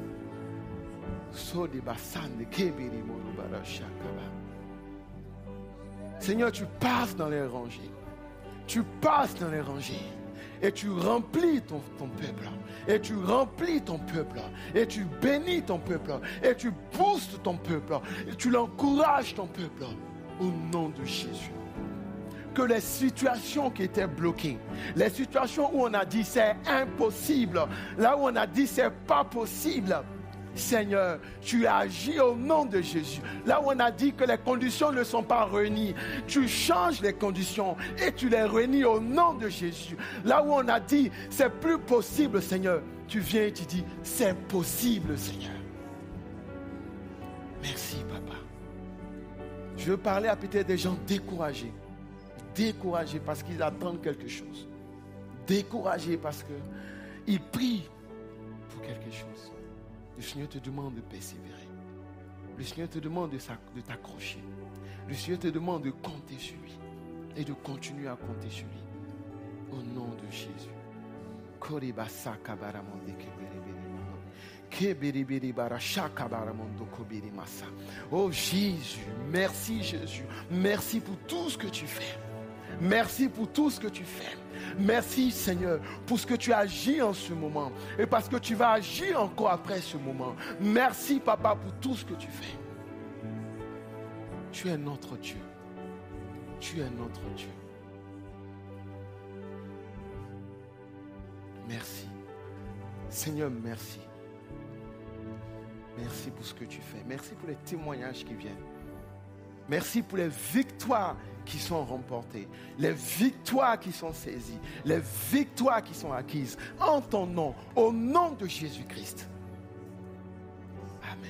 Seigneur, tu passes dans les rangées. Tu passes dans les rangées. Et tu remplis ton peuple. Et tu remplis ton peuple. Et tu bénis ton peuple. Et tu boostes ton peuple. Et tu l'encourages ton peuple. Au nom de Jésus. Que les situations qui étaient bloquées, les situations où on a dit c'est impossible, là où on a dit c'est pas possible, Seigneur, tu agis au nom de Jésus. Là où on a dit que les conditions ne sont pas réunies, tu changes les conditions et tu les réunis au nom de Jésus. Là où on a dit c'est plus possible, Seigneur, tu viens et tu dis c'est possible, Seigneur. Merci, Papa. Je veux parler à peut-être des gens découragés. Découragés parce qu'ils attendent quelque chose. Découragés parce qu'ils prient pour quelque chose. Le Seigneur te demande de persévérer. Le Seigneur te demande de t'accrocher. Le Seigneur te demande de compter sur lui. Et de continuer à compter sur lui. Au nom de Jésus. Oh Jésus, merci Jésus. Merci pour tout ce que tu fais. Merci pour tout ce que tu fais. Merci Seigneur pour ce que tu agis en ce moment et parce que tu vas agir encore après ce moment. Merci Papa pour tout ce que tu fais. Tu es notre Dieu. Tu es notre Dieu. Merci. Seigneur, merci. Merci pour ce que tu fais. Merci pour les témoignages qui viennent. Merci pour les victoires qui sont remportées, les victoires qui sont saisies, les victoires qui sont acquises en ton nom, au nom de Jésus-Christ. Amen.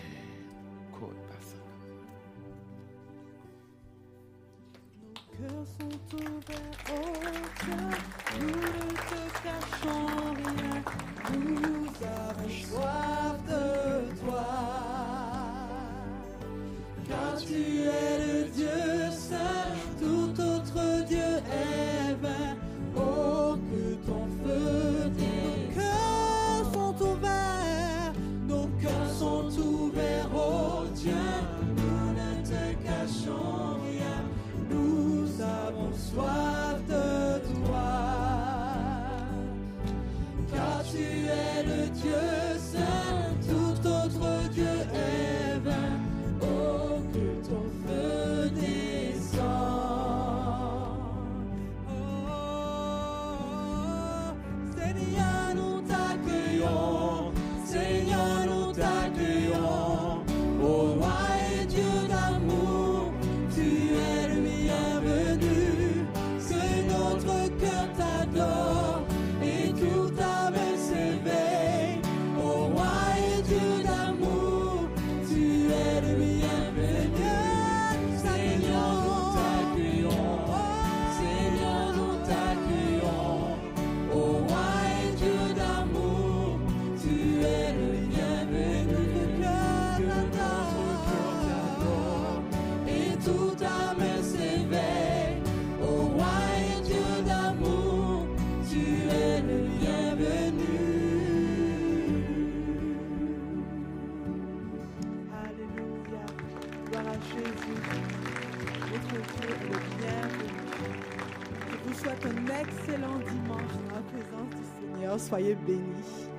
Nos cœurs sont ouverts au Dieu, nous ne te cachons rien, nous avons soif de toi, car tu es le Dieu saint, tout autre Dieu est vain. Oh, que ton feu descende. Nos cœurs sont ouverts, nos cœurs sont ouverts, oh Dieu, nous ne te cachons rien, nous avons soif de toi, car tu es le Dieu saint, tout autre Dieu est vain. Oh, que ton feu descend. Oh, Seigneur, nous t'accueillons. Seigneur, nous t'accueillons. Oh, roi et Dieu d'amour, tu es le bienvenu. Que notre cœur t'adore et toute âme s'éveille. Oh, roi et Dieu d'amour, tu es le bienvenu. Seigneur, nous t'accueillons. Seigneur, nous t'accueillons. Oh, roi et Dieu d'amour, tu es le bienvenu. Que notre cœur t'adore et toute âme s'éveille. Oh, roi et Dieu d'amour, tu es le bienvenu. Alléluia. Gloire à Jésus. Notre Dieu est le bienvenu. Je vous souhaite un excellent dimanche dans la présence du Seigneur. Soyez bénis.